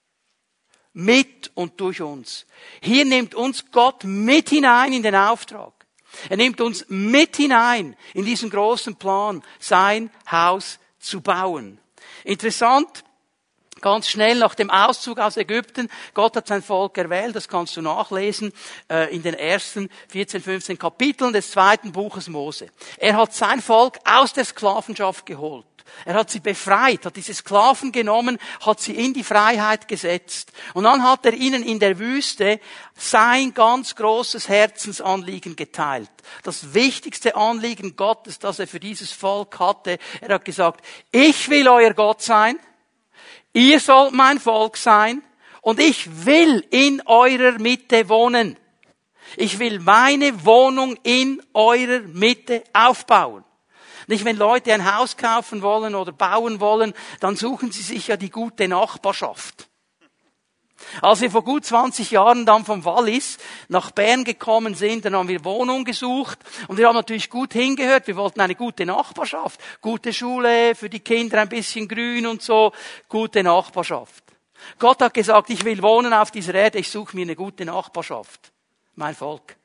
Mit und durch uns. Hier nimmt uns Gott mit hinein in den Auftrag. Er nimmt uns mit hinein in diesen großen Plan, sein Haus zu bauen. Interessant, ganz schnell nach dem Auszug aus Ägypten, Gott hat sein Volk erwählt, das kannst du nachlesen in den ersten 14, 15 Kapiteln des 2. Buches Mose. Er hat sein Volk aus der Sklavenschaft geholt. Er hat sie befreit, hat diese Sklaven genommen, hat sie in die Freiheit gesetzt. Und dann hat er ihnen in der Wüste sein ganz großes Herzensanliegen geteilt. Das wichtigste Anliegen Gottes, das er für dieses Volk hatte. Er hat gesagt, ich will euer Gott sein, ihr sollt mein Volk sein und ich will in eurer Mitte wohnen. Ich will meine Wohnung in eurer Mitte aufbauen. Nicht, wenn Leute ein Haus kaufen wollen oder bauen wollen, dann suchen sie sich ja die gute Nachbarschaft. Als wir vor gut 20 Jahren dann vom Wallis nach Bern gekommen sind, dann haben wir Wohnung gesucht und wir haben natürlich gut hingehört. Wir wollten eine gute Nachbarschaft. Gute Schule, für die Kinder ein bisschen grün und so. Gute Nachbarschaft. Gott hat gesagt, ich will wohnen auf dieser Erde, ich suche mir eine gute Nachbarschaft. Mein Volk.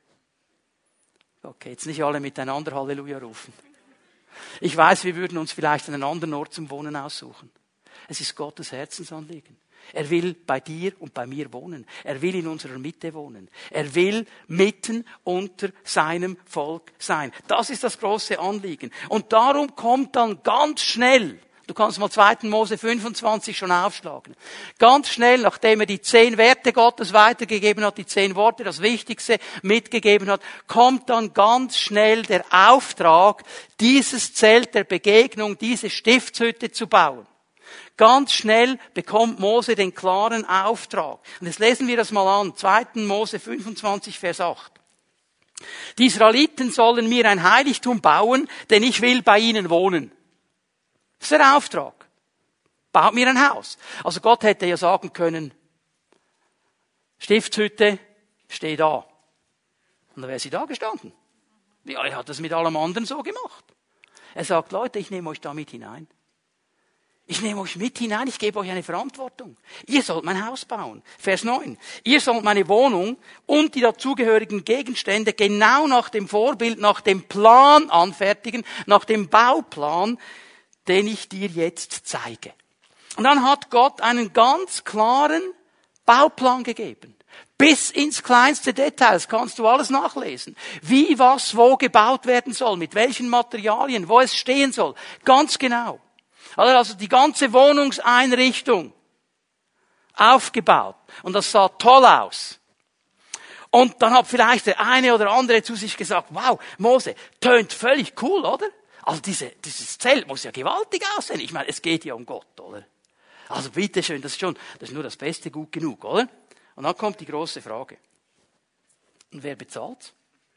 Okay, jetzt nicht alle miteinander Halleluja rufen. Ich weiß, wir würden uns vielleicht einen anderen Ort zum Wohnen aussuchen. Es ist Gottes Herzensanliegen. Er will bei dir und bei mir wohnen. Er will in unserer Mitte wohnen. Er will mitten unter seinem Volk sein. Das ist das große Anliegen. Und darum kommt dann ganz schnell, du kannst mal 2. Mose 25 schon aufschlagen, ganz schnell, nachdem er die 10 Werte Gottes weitergegeben hat, die 10 Worte, das Wichtigste mitgegeben hat, kommt dann ganz schnell der Auftrag, dieses Zelt der Begegnung, diese Stiftshütte zu bauen. Ganz schnell bekommt Mose den klaren Auftrag. Und jetzt lesen wir das mal an. 2. Mose 25, Vers 8. Die Israeliten sollen mir ein Heiligtum bauen, denn ich will bei ihnen wohnen. Das ist der Auftrag. Baut mir ein Haus. Also Gott hätte ja sagen können, Stiftshütte, steh da. Und dann wäre sie da gestanden. Ja, er hat das mit allem anderen so gemacht. Er sagt, Leute, ich nehme euch da mit hinein. Ich nehme euch mit hinein, ich gebe euch eine Verantwortung. Ihr sollt mein Haus bauen. Vers 9. Ihr sollt meine Wohnung und die dazugehörigen Gegenstände genau nach dem Vorbild, nach dem Plan anfertigen, nach dem Bauplan, den ich dir jetzt zeige. Und dann hat Gott einen ganz klaren Bauplan gegeben. Bis ins kleinste Detail, das kannst du alles nachlesen. Wie, was, wo gebaut werden soll, mit welchen Materialien, wo es stehen soll. Ganz genau. Also die ganze Wohnungseinrichtung aufgebaut. Und das sah toll aus. Und dann hat vielleicht der eine oder andere zu sich gesagt, wow, Mose, tönt völlig cool, oder? Also dieses Zelt muss ja gewaltig aussehen. Ich meine, es geht ja um Gott, oder? Also bitteschön, das ist nur das Beste gut genug, oder? Und dann kommt die große Frage. Und wer bezahlt's?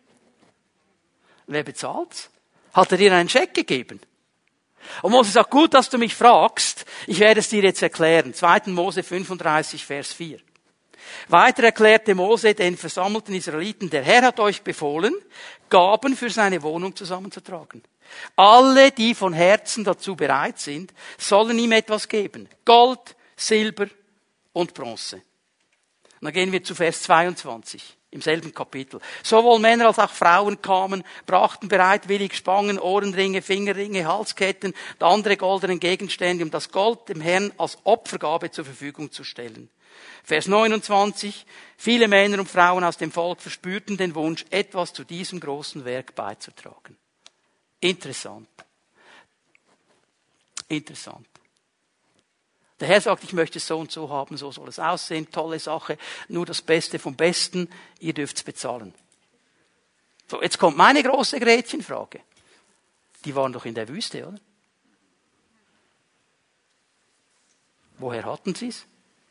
Wer bezahlt's? Hat er dir einen Scheck gegeben? Und Mose sagt, gut, dass du mich fragst, ich werde es dir jetzt erklären. 2. Mose 35, Vers 4. Weiter erklärte Mose den versammelten Israeliten, der Herr hat euch befohlen, Gaben für seine Wohnung zusammenzutragen. Alle, die von Herzen dazu bereit sind, sollen ihm etwas geben. Gold, Silber und Bronze. Und dann gehen wir zu Vers 22. Im selben Kapitel. Sowohl Männer als auch Frauen kamen, brachten bereitwillig Spangen, Ohrenringe, Fingerringe, Halsketten und andere goldenen Gegenstände, um das Gold dem Herrn als Opfergabe zur Verfügung zu stellen. Vers 29. Viele Männer und Frauen aus dem Volk verspürten den Wunsch, etwas zu diesem großen Werk beizutragen. Interessant. Interessant. Der Herr sagt, ich möchte es so und so haben, so soll es aussehen, tolle Sache, nur das Beste vom Besten, ihr dürft's bezahlen. So, jetzt kommt meine große Gretchenfrage. Die waren doch in der Wüste, oder? Woher hatten sie's?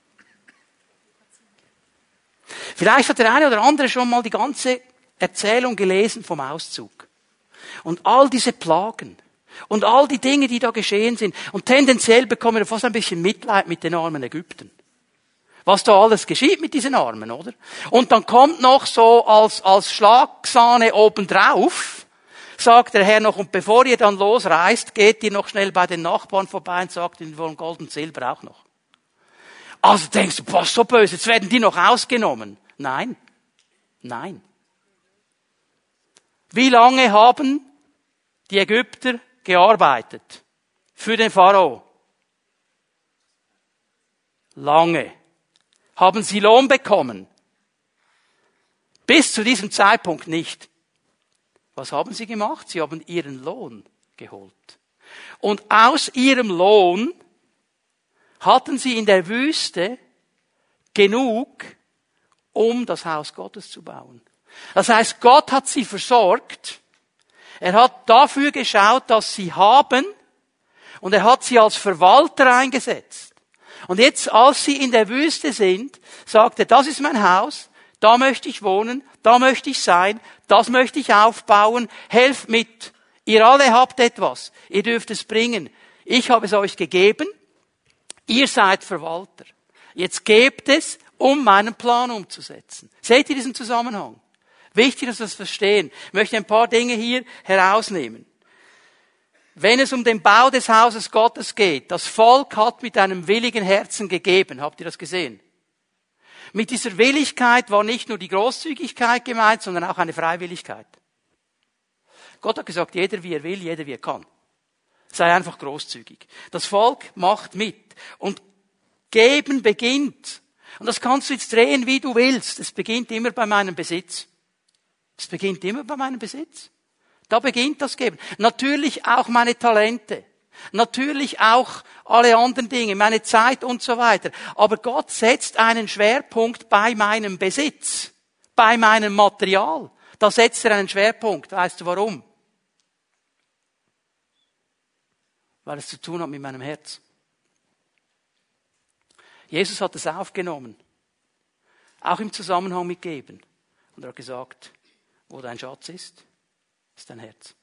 Vielleicht hat der eine oder andere schon mal die ganze Erzählung gelesen vom Auszug. Und all diese Plagen. Und all die Dinge, die da geschehen sind. Und tendenziell bekommen wir fast ein bisschen Mitleid mit den armen Ägyptern. Was da alles geschieht mit diesen Armen, oder? Und dann kommt noch so als Schlagsahne obendrauf, sagt der Herr noch, und bevor ihr dann losreist, geht ihr noch schnell bei den Nachbarn vorbei und sagt, wir wollen Gold und Silber auch noch. Also denkst du, was so böse, jetzt werden die noch ausgenommen. Nein. Nein. Wie lange haben die Ägypter gearbeitet für den Pharao? Lange. Haben sie Lohn bekommen? Bis zu diesem Zeitpunkt nicht. Was haben sie gemacht? Sie haben ihren Lohn geholt. Und aus ihrem Lohn hatten sie in der Wüste genug, um das Haus Gottes zu bauen. Das heißt, Gott hat sie versorgt. Er hat dafür geschaut, dass sie haben, und er hat sie als Verwalter eingesetzt. Und jetzt, als sie in der Wüste sind, sagt er, das ist mein Haus, da möchte ich wohnen, da möchte ich sein, das möchte ich aufbauen, helft mit. Ihr alle habt etwas, ihr dürft es bringen. Ich habe es euch gegeben, ihr seid Verwalter. Jetzt gebt es, um meinen Plan umzusetzen. Seht ihr diesen Zusammenhang? Wichtig, dass wir das verstehen. Ich möchte ein paar Dinge hier herausnehmen. Wenn es um den Bau des Hauses Gottes geht, das Volk hat mit einem willigen Herzen gegeben. Habt ihr das gesehen? Mit dieser Willigkeit war nicht nur die Großzügigkeit gemeint, sondern auch eine Freiwilligkeit. Gott hat gesagt, jeder wie er will, jeder wie er kann. Sei einfach großzügig. Das Volk macht mit. Und Geben beginnt. Und das kannst du jetzt drehen, wie du willst. Es beginnt immer bei meinem Besitz. Es beginnt immer bei meinem Besitz. Da beginnt das Geben. Natürlich auch meine Talente. Natürlich auch alle anderen Dinge, meine Zeit und so weiter. Aber Gott setzt einen Schwerpunkt bei meinem Besitz, bei meinem Material. Da setzt er einen Schwerpunkt. Weißt du warum? Weil es zu tun hat mit meinem Herz. Jesus hat es aufgenommen. Auch im Zusammenhang mit Geben. Und er hat gesagt, wo dein Schatz ist dein Herz.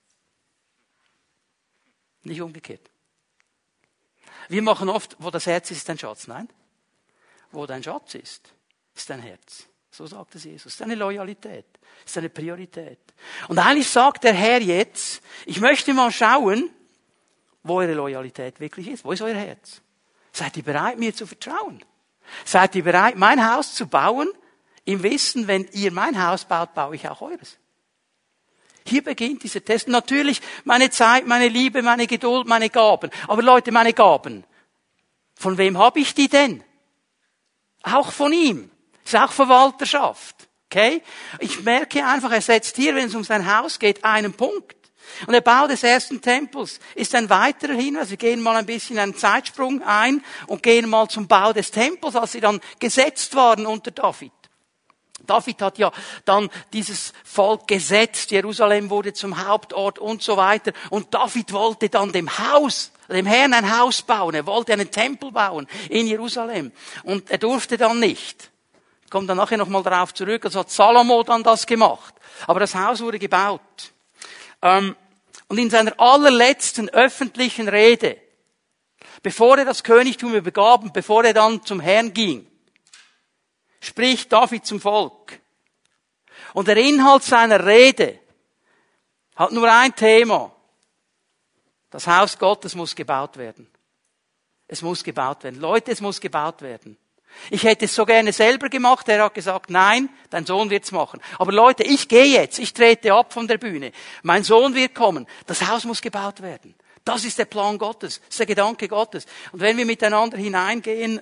Nicht umgekehrt. Wir machen oft, wo das Herz ist dein Schatz. Nein. Wo dein Schatz ist dein Herz. So sagt es Jesus. Das ist eine Loyalität. Das ist eine Priorität. Und eigentlich sagt der Herr jetzt, ich möchte mal schauen, wo eure Loyalität wirklich ist. Wo ist euer Herz? Seid ihr bereit, mir zu vertrauen? Seid ihr bereit, mein Haus zu bauen? Im Wissen, wenn ihr mein Haus baut, baue ich auch eures. Hier beginnt dieser Test. Natürlich meine Zeit, meine Liebe, meine Geduld, meine Gaben. Aber Leute, meine Gaben, von wem habe ich die denn? Auch von ihm. Ist auch Verwalterschaft. Okay? Ich merke einfach, er setzt hier, wenn es um sein Haus geht, einen Punkt. Und der Bau des ersten Tempels ist ein weiterer Hinweis. Wir gehen mal ein bisschen einen Zeitsprung ein und gehen mal zum Bau des Tempels, als sie dann gesetzt waren unter David. David hat ja dann dieses Volk gesetzt, Jerusalem wurde zum Hauptort und so weiter. Und David wollte dann dem Herrn ein Haus bauen. Er wollte einen Tempel bauen in Jerusalem. Und er durfte dann nicht. Ich komme dann nachher nochmal darauf zurück. Also hat Salomo dann das gemacht. Aber das Haus wurde gebaut. Und in seiner allerletzten öffentlichen Rede, bevor er das Königtum übergab und bevor er dann zum Herrn ging, spricht David zum Volk. Und der Inhalt seiner Rede hat nur ein Thema. Das Haus Gottes muss gebaut werden. Es muss gebaut werden. Leute, es muss gebaut werden. Ich hätte es so gerne selber gemacht. Er hat gesagt, nein, dein Sohn wird's machen. Aber Leute, ich gehe jetzt. Ich trete ab von der Bühne. Mein Sohn wird kommen. Das Haus muss gebaut werden. Das ist der Plan Gottes. Das ist der Gedanke Gottes. Und wenn wir miteinander hineingehen,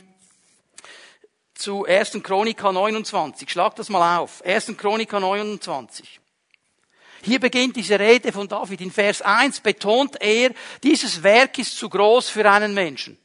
zu 1. Chronika 29. Schlag das mal auf. 1. Chronika 29. Hier beginnt diese Rede von David. In Vers 1 betont er, dieses Werk ist zu groß für einen Menschen.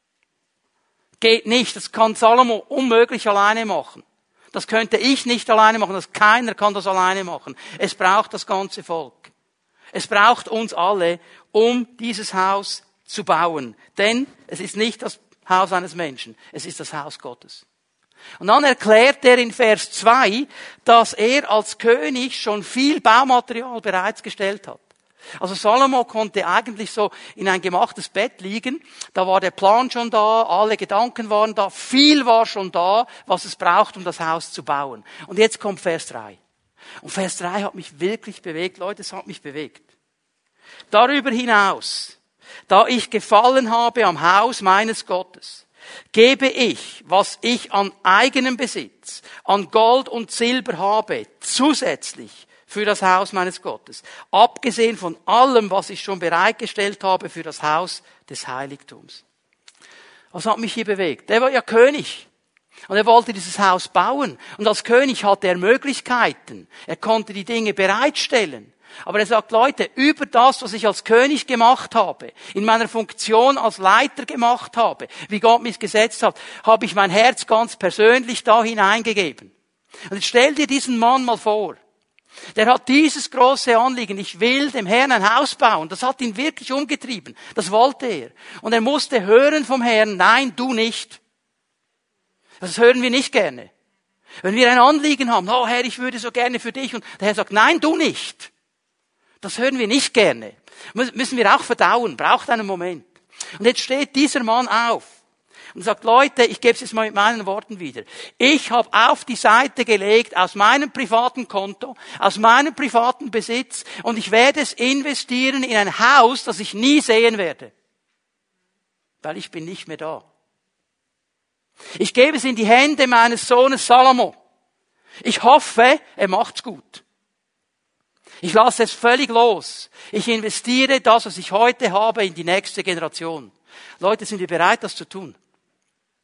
Geht nicht. Das kann Salomo unmöglich alleine machen. Das könnte ich nicht alleine machen. Keiner kann das alleine machen. Es braucht das ganze Volk. Es braucht uns alle, um dieses Haus zu bauen. Denn es ist nicht das Haus eines Menschen. Es ist das Haus Gottes. Und dann erklärt er in Vers 2, dass er als König schon viel Baumaterial bereits gestellt hat. Also Salomo konnte eigentlich so in ein gemachtes Bett liegen. Da war der Plan schon da, alle Gedanken waren da, viel war schon da, was es braucht, um das Haus zu bauen. Und jetzt kommt Vers 3. Und Vers 3 hat mich wirklich bewegt. Leute, es hat mich bewegt. Darüber hinaus, da ich gefallen habe am Haus meines Gottes, gebe ich, was ich an eigenem Besitz, an Gold und Silber habe, zusätzlich für das Haus meines Gottes. Abgesehen von allem, was ich schon bereitgestellt habe für das Haus des Heiligtums. Was hat mich hier bewegt? Er war ja König. Und er wollte dieses Haus bauen. Und als König hatte er Möglichkeiten. Er konnte die Dinge bereitstellen. Aber er sagt, Leute, über das, was ich als König gemacht habe, in meiner Funktion als Leiter gemacht habe, wie Gott mich gesetzt hat, habe ich mein Herz ganz persönlich da hineingegeben. Und jetzt stell dir diesen Mann mal vor. Der hat dieses große Anliegen, ich will dem Herrn ein Haus bauen. Das hat ihn wirklich umgetrieben. Das wollte er. Und er musste hören vom Herrn, nein, du nicht. Das hören wir nicht gerne. Wenn wir ein Anliegen haben, oh Herr, ich würde so gerne für dich. Und der Herr sagt, nein, du nicht. Das hören wir nicht gerne. Müssen wir auch verdauen, braucht einen Moment. Und jetzt steht dieser Mann auf und sagt, Leute, ich gebe es jetzt mal mit meinen Worten wieder. Ich habe auf die Seite gelegt, aus meinem privaten Konto, aus meinem privaten Besitz, und ich werde es investieren in ein Haus, das ich nie sehen werde. Weil ich bin nicht mehr da. Ich gebe es in die Hände meines Sohnes Salomo. Ich hoffe, er macht's gut. Ich lasse es völlig los. Ich investiere das, was ich heute habe, in die nächste Generation. Leute, sind wir bereit, das zu tun?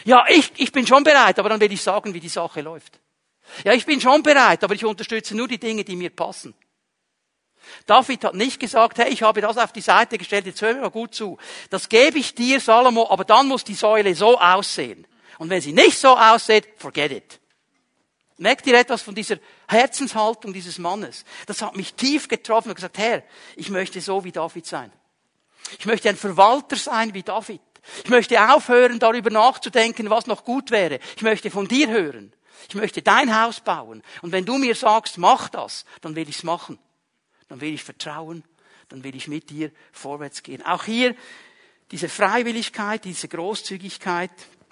Ja, ich bin schon bereit, aber dann will ich sagen, wie die Sache läuft. Ja, ich bin schon bereit, aber ich unterstütze nur die Dinge, die mir passen. David hat nicht gesagt, hey, ich habe das auf die Seite gestellt, jetzt hör mir mal gut zu. Das gebe ich dir, Salomo, aber dann muss die Säule so aussehen. Und wenn sie nicht so aussieht, forget it. Merkt ihr etwas von dieser Herzenshaltung dieses Mannes? Das hat mich tief getroffen und gesagt, Herr, ich möchte so wie David sein. Ich möchte ein Verwalter sein wie David. Ich möchte aufhören, darüber nachzudenken, was noch gut wäre. Ich möchte von dir hören. Ich möchte dein Haus bauen. Und wenn du mir sagst, mach das, dann will ich's machen. Dann will ich vertrauen. Dann will ich mit dir vorwärts gehen. Auch hier diese Freiwilligkeit, diese Großzügigkeit.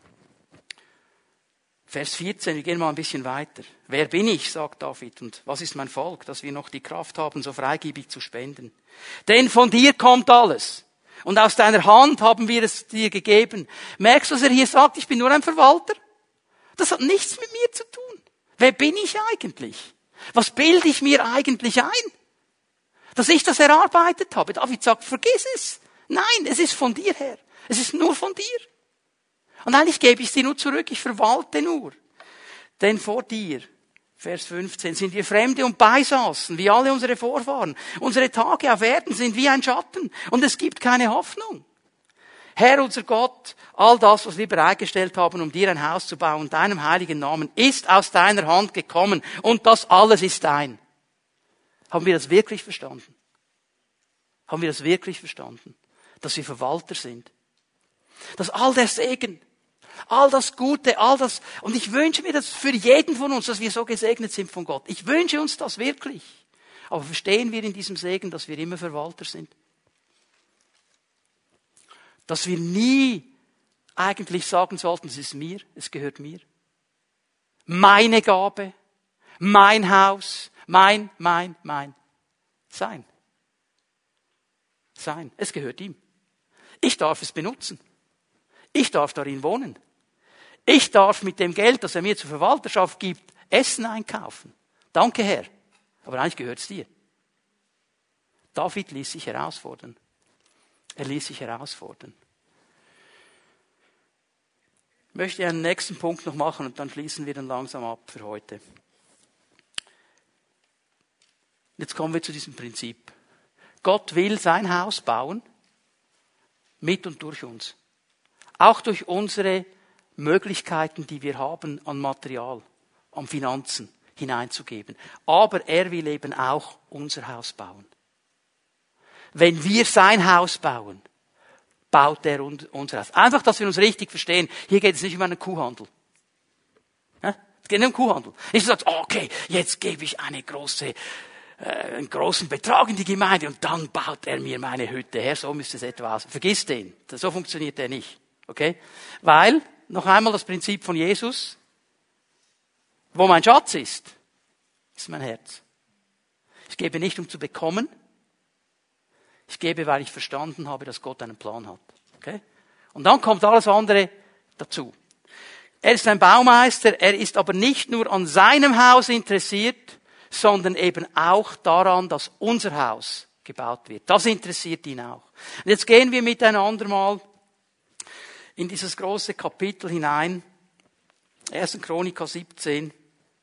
Vers 14, wir gehen mal ein bisschen weiter. Wer bin ich, sagt David, und was ist mein Volk, dass wir noch die Kraft haben, so freigebig zu spenden? Denn von dir kommt alles. Und aus deiner Hand haben wir es dir gegeben. Merkst du, was er hier sagt? Ich bin nur ein Verwalter. Das hat nichts mit mir zu tun. Wer bin ich eigentlich? Was bilde ich mir eigentlich ein? Dass ich das erarbeitet habe. David sagt, vergiss es. Nein, es ist von dir her. Es ist nur von dir. Und eigentlich gebe ich es dir nur zurück, ich verwalte nur. Denn vor dir, Vers 15, sind wir Fremde und Beisaßen, wie alle unsere Vorfahren. Unsere Tage auf Erden sind wie ein Schatten und es gibt keine Hoffnung. Herr, unser Gott, all das, was wir bereitgestellt haben, um dir ein Haus zu bauen, deinem heiligen Namen, ist aus deiner Hand gekommen und das alles ist dein. Haben wir das wirklich verstanden? Haben wir das wirklich verstanden? Dass wir Verwalter sind? Dass all der Segen, all das Gute, all das, und ich wünsche mir das für jeden von uns, dass wir so gesegnet sind von Gott. Ich wünsche uns das wirklich. Aber verstehen wir in diesem Segen, dass wir immer Verwalter sind? Dass wir nie eigentlich sagen sollten, es ist mir, es gehört mir. Meine Gabe, mein Haus, mein. Sein. Es gehört ihm. Ich darf es benutzen. Ich darf darin wohnen. Ich darf mit dem Geld, das er mir zur Verwalterschaft gibt, Essen einkaufen. Danke, Herr. Aber eigentlich gehört es dir. David ließ sich herausfordern. Er ließ sich herausfordern. Ich möchte einen nächsten Punkt noch machen und dann schließen wir dann langsam ab für heute. Jetzt kommen wir zu diesem Prinzip. Gott will sein Haus bauen, mit und durch uns. Auch durch unsere Möglichkeiten, die wir haben an Material, an Finanzen hineinzugeben. Aber er will eben auch unser Haus bauen. Wenn wir sein Haus bauen, baut er unser Haus. Einfach, dass wir uns richtig verstehen. Hier geht es nicht um einen Kuhhandel. Es geht nicht um Kuhhandel. Nicht so, okay, jetzt gebe ich einen großen Betrag in die Gemeinde und dann baut er mir meine Hütte her. So müsste es etwa aussehen. Vergiss den. So funktioniert der nicht. Okay? Weil, noch einmal das Prinzip von Jesus, wo mein Schatz ist mein Herz. Ich gebe nicht, um zu bekommen. Ich gebe, weil ich verstanden habe, dass Gott einen Plan hat. Okay? Und dann kommt alles andere dazu. Er ist ein Baumeister, er ist aber nicht nur an seinem Haus interessiert, sondern eben auch daran, dass unser Haus gebaut wird. Das interessiert ihn auch. Und jetzt gehen wir miteinander mal in dieses große Kapitel hinein. 1. Chroniker 17.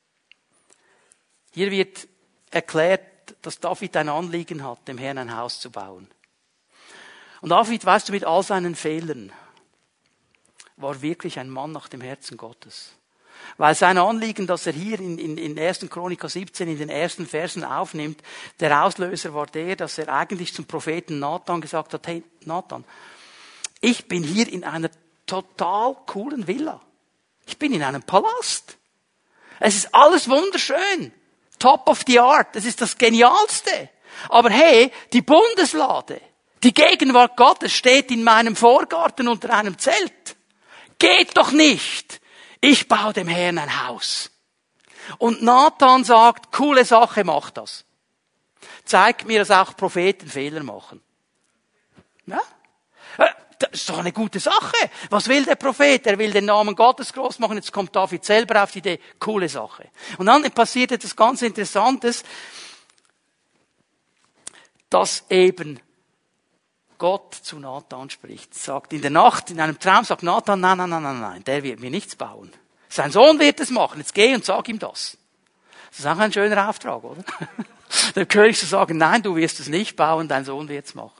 Hier wird erklärt, dass David ein Anliegen hat, dem Herrn ein Haus zu bauen. Und David, weißt du, mit all seinen Fehlern, war wirklich ein Mann nach dem Herzen Gottes. Weil sein Anliegen, das er hier in 1. Chroniker 17 in den ersten Versen aufnimmt, der Auslöser war der, dass er eigentlich zum Propheten Nathan gesagt hat, hey Nathan, ich bin hier in einer total coolen Villa. Ich bin in einem Palast. Es ist alles wunderschön. Top of the art. Es ist das Genialste. Aber hey, die Bundeslade, die Gegenwart Gottes steht in meinem Vorgarten unter einem Zelt. Geht doch nicht. Ich baue dem Herrn ein Haus. Und Nathan sagt, coole Sache, mach das. Zeigt mir, dass auch Propheten Fehler machen. Ja? Das ist doch eine gute Sache. Was will der Prophet? Er will den Namen Gottes groß machen. Jetzt kommt David selber auf die Idee. Coole Sache. Und dann passiert etwas ganz Interessantes, dass eben Gott zu Nathan spricht. Sagt in der Nacht, in einem Traum, sagt Nathan, nein, der wird mir nichts bauen. Sein Sohn wird es machen. Jetzt geh und sag ihm das. Das ist auch ein schöner Auftrag, oder? Dem König zu sagen, nein, du wirst es nicht bauen, dein Sohn wird es machen.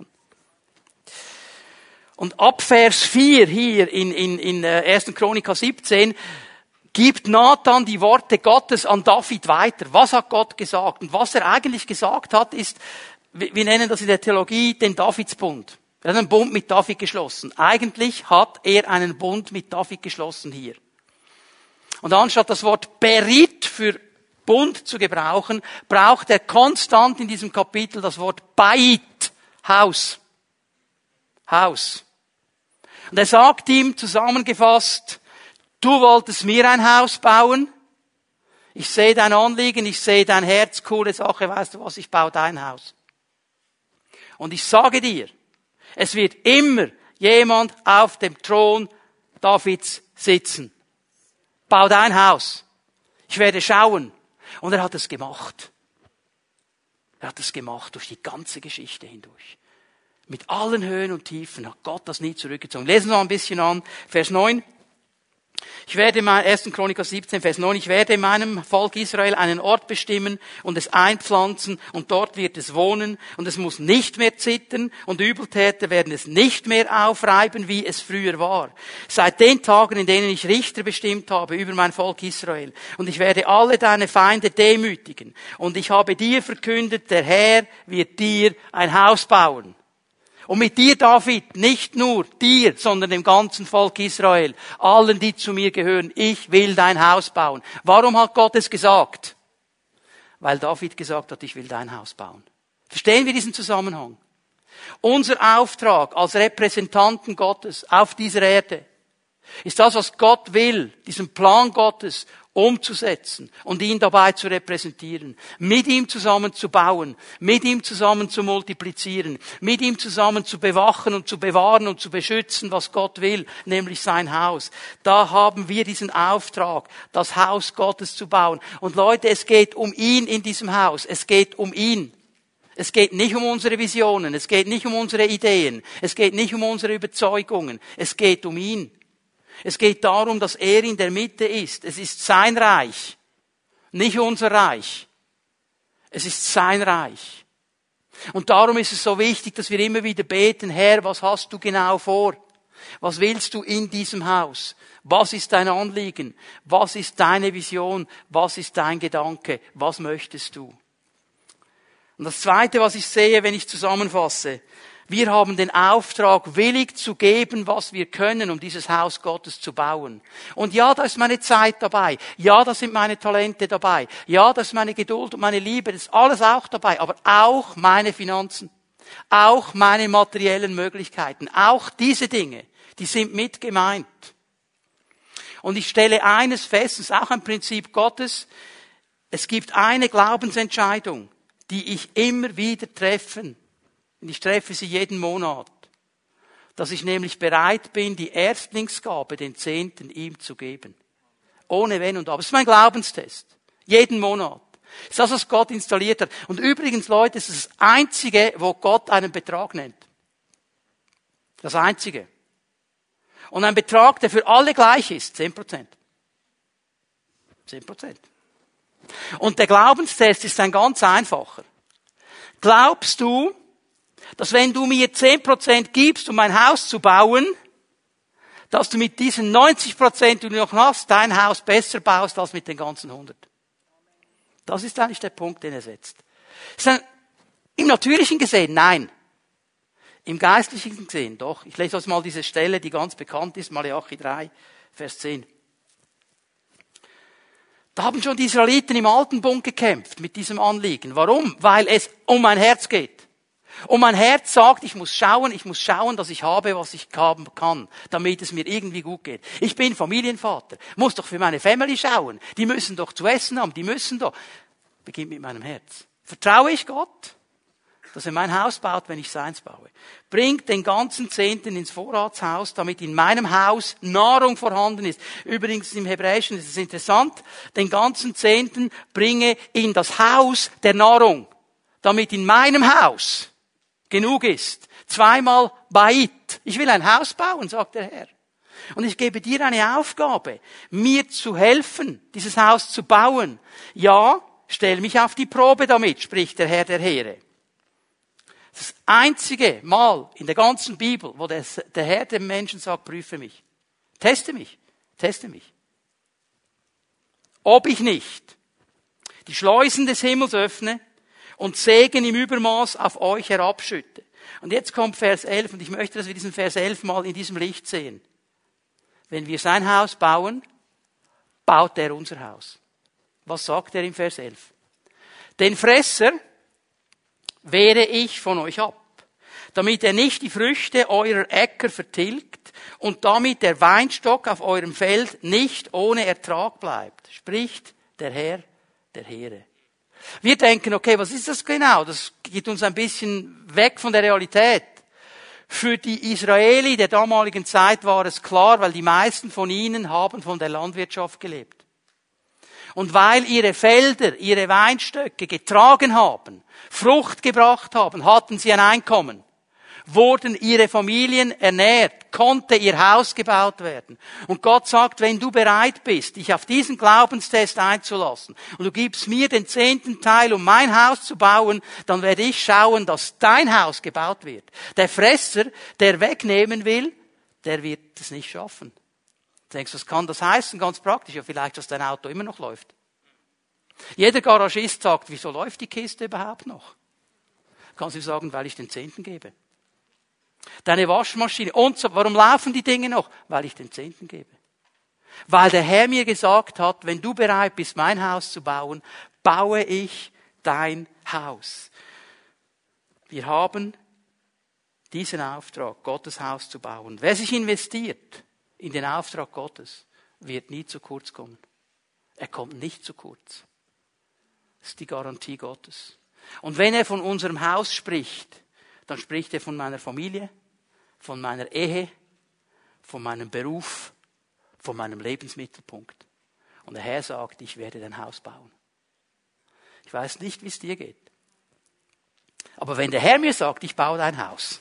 Und ab Vers 4 hier in 1. Chroniker 17 gibt Nathan die Worte Gottes an David weiter. Was hat Gott gesagt? Und was er eigentlich gesagt hat, ist, wir nennen das in der Theologie den Davidsbund. Er hat einen Bund mit David geschlossen. Eigentlich hat er einen Bund mit David geschlossen hier. Und anstatt das Wort Berit für Bund zu gebrauchen, braucht er konstant in diesem Kapitel das Wort Bait, Haus. Haus. Und er sagt ihm zusammengefasst, du wolltest mir ein Haus bauen, ich sehe dein Anliegen, ich sehe dein Herz, coole Sache, weißt du was, ich baue dein Haus. Und ich sage dir, es wird immer jemand auf dem Thron Davids sitzen. Bau dein Haus. Ich werde schauen. Und er hat es gemacht. Er hat es gemacht durch die ganze Geschichte hindurch. Mit allen Höhen und Tiefen hat Gott das nie zurückgezogen. Lesen wir mal ein bisschen an. Vers 9. 1. Chroniker 17, Vers 9. Ich werde meinem Volk Israel einen Ort bestimmen und es einpflanzen und dort wird es wohnen und es muss nicht mehr zittern und Übeltäter werden es nicht mehr aufreiben, wie es früher war. Seit den Tagen, in denen ich Richter bestimmt habe über mein Volk Israel und ich werde alle deine Feinde demütigen und ich habe dir verkündet, der Herr wird dir ein Haus bauen. Und mit dir, David, nicht nur dir, sondern dem ganzen Volk Israel, allen, die zu mir gehören, ich will dein Haus bauen. Warum hat Gott es gesagt? Weil David gesagt hat, ich will dein Haus bauen. Verstehen wir diesen Zusammenhang? Unser Auftrag als Repräsentanten Gottes auf dieser Erde ist das, was Gott will, diesen Plan Gottes umzusetzen und ihn dabei zu repräsentieren, mit ihm zusammen zu bauen, mit ihm zusammen zu multiplizieren, mit ihm zusammen zu bewachen und zu bewahren und zu beschützen, was Gott will, nämlich sein Haus. Da haben wir diesen Auftrag, das Haus Gottes zu bauen. Und Leute, es geht um ihn in diesem Haus. Es geht um ihn. Es geht nicht um unsere Visionen. Es geht nicht um unsere Ideen. Es geht nicht um unsere Überzeugungen. Es geht um ihn. Es geht darum, dass er in der Mitte ist. Es ist sein Reich, nicht unser Reich. Es ist sein Reich. Und darum ist es so wichtig, dass wir immer wieder beten, Herr, was hast du genau vor? Was willst du in diesem Haus? Was ist dein Anliegen? Was ist deine Vision? Was ist dein Gedanke? Was möchtest du? Und das Zweite, was ich sehe, wenn ich zusammenfasse, wir haben den Auftrag, willig zu geben, was wir können, um dieses Haus Gottes zu bauen. Und ja, da ist meine Zeit dabei. Ja, da sind meine Talente dabei. Ja, da ist meine Geduld und meine Liebe. Das ist alles auch dabei. Aber auch meine Finanzen. Auch meine materiellen Möglichkeiten. Auch diese Dinge, die sind mit gemeint. Und ich stelle eines fest, das ist auch ein Prinzip Gottes. Es gibt eine Glaubensentscheidung, die ich immer wieder treffe. Und ich treffe sie jeden Monat. Dass ich nämlich bereit bin, die Erstlingsgabe, den Zehnten, ihm zu geben. Ohne Wenn und Aber. Das ist mein Glaubenstest. Jeden Monat. Das ist das, was Gott installiert hat. Und übrigens, Leute, es ist das Einzige, wo Gott einen Betrag nennt. Das Einzige. Und ein Betrag, der für alle gleich ist. 10%. 10%. Und der Glaubenstest ist ein ganz einfacher. Glaubst du, dass wenn du mir 10% gibst, um mein Haus zu bauen, dass du mit diesen 90%, die du noch hast, dein Haus besser baust als mit den ganzen 100? Das ist eigentlich der Punkt, den er setzt. Im Natürlichen gesehen, nein. Im Geistlichen gesehen, doch. Ich lese euch mal diese Stelle, die ganz bekannt ist, Malachi 3, Vers 10. Da haben schon die Israeliten im Alten Bund gekämpft mit diesem Anliegen. Warum? Weil es um mein Herz geht. Und mein Herz sagt, ich muss schauen, dass ich habe, was ich haben kann, damit es mir irgendwie gut geht. Ich bin Familienvater, muss doch für meine Family schauen. Die müssen doch zu essen haben, die müssen doch. Beginnt mit meinem Herz. Vertraue ich Gott, dass er mein Haus baut, wenn ich seins baue. Bringt den ganzen Zehnten ins Vorratshaus, damit in meinem Haus Nahrung vorhanden ist. Übrigens im Hebräischen ist es interessant, den ganzen Zehnten bringe in das Haus der Nahrung, damit in meinem Haus genug ist. Zweimal Bait. Ich will ein Haus bauen, sagt der Herr. Und ich gebe dir eine Aufgabe, mir zu helfen, dieses Haus zu bauen. Ja, stell mich auf die Probe damit, spricht der Herr der Heere. Das einzige Mal in der ganzen Bibel, wo der Herr dem Menschen sagt, prüfe mich. Teste mich. Teste mich. Ob ich nicht die Schleusen des Himmels öffne und Segen im Übermaß auf euch herabschütte. Und jetzt kommt Vers 11 und ich möchte, dass wir diesen Vers 11 mal in diesem Licht sehen. Wenn wir sein Haus bauen, baut er unser Haus. Was sagt er im Vers 11? Den Fresser wehre ich von euch ab, damit er nicht die Früchte eurer Äcker vertilgt und damit der Weinstock auf eurem Feld nicht ohne Ertrag bleibt, spricht der Herr der Heere. Wir denken, okay, was ist das genau? Das geht uns ein bisschen weg von der Realität. Für die Israeli der damaligen Zeit war es klar, weil die meisten von ihnen haben von der Landwirtschaft gelebt. Und weil ihre Felder, ihre Weinstöcke getragen haben, Frucht gebracht haben, hatten sie ein Einkommen. Wurden ihre Familien ernährt, konnte ihr Haus gebaut werden. Und Gott sagt, wenn du bereit bist, dich auf diesen Glaubenstest einzulassen und du gibst mir den 10. Teil, um mein Haus zu bauen, dann werde ich schauen, dass dein Haus gebaut wird. Der Fresser, der wegnehmen will, der wird es nicht schaffen. Du denkst, was kann das heißen? Ganz praktisch. Ja, vielleicht, dass dein Auto immer noch läuft. Jeder Garagist sagt, wieso läuft die Kiste überhaupt noch? Kannst du sagen, weil ich den 10. gebe. Deine Waschmaschine und so. Warum laufen die Dinge noch? Weil ich den 10. gebe. Weil der Herr mir gesagt hat, wenn du bereit bist, mein Haus zu bauen, baue ich dein Haus. Wir haben diesen Auftrag, Gottes Haus zu bauen. Wer sich investiert in den Auftrag Gottes, wird nie zu kurz kommen. Er kommt nicht zu kurz. Das ist die Garantie Gottes. Und wenn er von unserem Haus spricht, dann spricht er von meiner Familie, von meiner Ehe, von meinem Beruf, von meinem Lebensmittelpunkt. Und der Herr sagt, ich werde dein Haus bauen. Ich weiß nicht, wie es dir geht. Aber wenn der Herr mir sagt, ich baue dein Haus,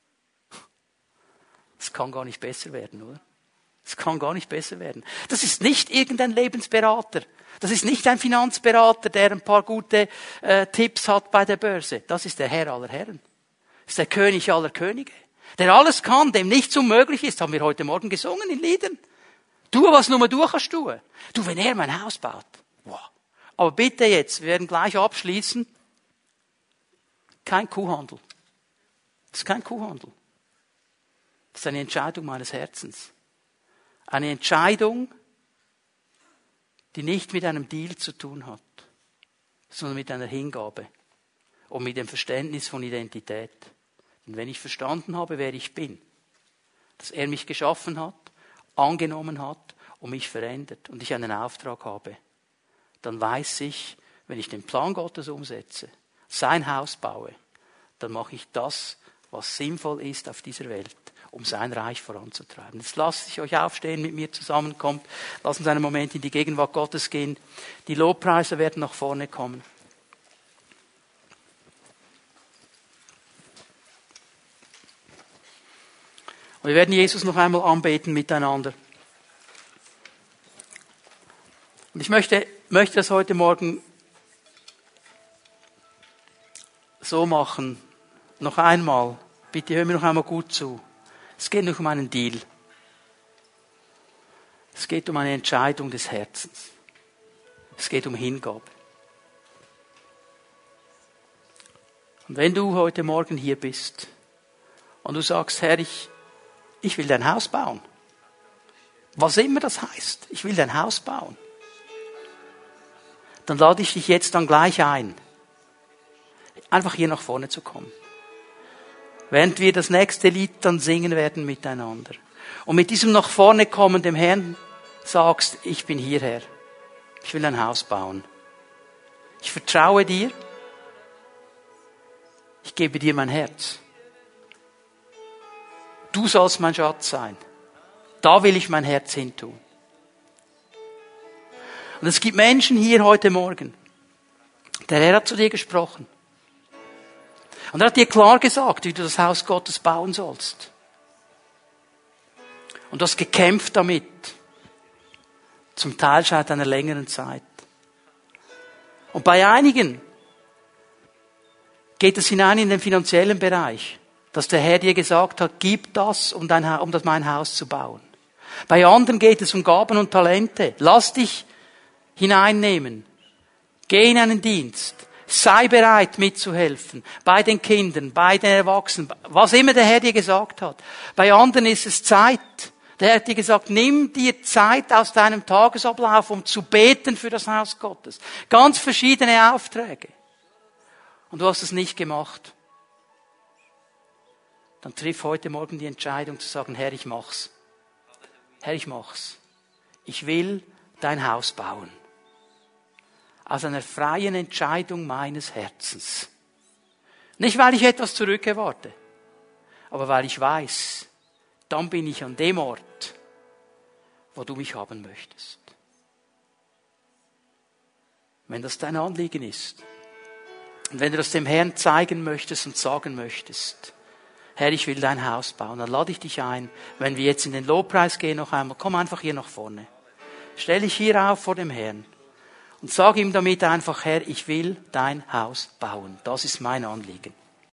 das kann gar nicht besser werden, oder? Das kann gar nicht besser werden. Das ist nicht irgendein Lebensberater. Das ist nicht ein Finanzberater, der ein paar gute Tipps hat bei der Börse. Das ist der Herr aller Herren. Das ist der König aller Könige. Der alles kann, dem nichts unmöglich ist, haben wir heute Morgen gesungen in Liedern. Tu, was nur du kannst tun. Du, wenn er mein Haus baut. Wow. Aber bitte jetzt, wir werden gleich abschließen. Kein Kuhhandel. Das ist kein Kuhhandel. Das ist eine Entscheidung meines Herzens. Eine Entscheidung, die nicht mit einem Deal zu tun hat, sondern mit einer Hingabe und mit dem Verständnis von Identität. Und wenn ich verstanden habe, wer ich bin, dass er mich geschaffen hat, angenommen hat und mich verändert und ich einen Auftrag habe, dann weiß ich, wenn ich den Plan Gottes umsetze, sein Haus baue, dann mache ich das, was sinnvoll ist auf dieser Welt, um sein Reich voranzutreiben. Jetzt lasst ich euch aufstehen, mit mir zusammenkommt. Lasst uns einen Moment in die Gegenwart Gottes gehen. Die Lobpreiser werden nach vorne kommen. Und wir werden Jesus noch einmal anbeten miteinander. Und ich möchte das heute Morgen so machen. Noch einmal. Bitte hör mir noch einmal gut zu. Es geht nicht um einen Deal. Es geht um eine Entscheidung des Herzens. Es geht um Hingabe. Und wenn du heute Morgen hier bist und du sagst, Herr, ich will dein Haus bauen. Was immer das heißt, ich will dein Haus bauen. Dann lade ich dich jetzt dann gleich ein, einfach hier nach vorne zu kommen. Während wir das nächste Lied dann singen werden miteinander. Und mit diesem nach vorne kommen dem Herrn sagst, ich bin hier, Herr. Ich will ein Haus bauen. Ich vertraue dir. Ich gebe dir mein Herz. Du sollst mein Schatz sein. Da will ich mein Herz hintun. Und es gibt Menschen hier heute Morgen. Der Herr hat zu dir gesprochen. Und er hat dir klar gesagt, wie du das Haus Gottes bauen sollst. Und du hast gekämpft damit. Zum Teil seit einer längeren Zeit. Und bei einigen geht es hinein in den finanziellen Bereich, dass der Herr dir gesagt hat, gib das, um mein Haus zu bauen. Bei anderen geht es um Gaben und Talente. Lass dich hineinnehmen. Geh in einen Dienst. Sei bereit mitzuhelfen. Bei den Kindern, bei den Erwachsenen, was immer der Herr dir gesagt hat. Bei anderen ist es Zeit. Der Herr hat dir gesagt, nimm dir Zeit aus deinem Tagesablauf, um zu beten für das Haus Gottes. Ganz verschiedene Aufträge. Und du hast es nicht gemacht. Dann triff heute Morgen die Entscheidung zu sagen, Herr, ich mach's. Herr, ich mach's. Ich will dein Haus bauen. Aus einer freien Entscheidung meines Herzens. Nicht, weil ich etwas zurückerwarte, aber weil ich weiß, dann bin ich an dem Ort, wo du mich haben möchtest. Wenn das dein Anliegen ist und wenn du das dem Herrn zeigen möchtest und sagen möchtest, Herr, ich will dein Haus bauen, dann lade ich dich ein, wenn wir jetzt in den Lobpreis gehen, noch einmal, komm einfach hier nach vorne. Stell dich hier auf vor dem Herrn und sag ihm damit einfach, Herr, ich will dein Haus bauen. Das ist mein Anliegen.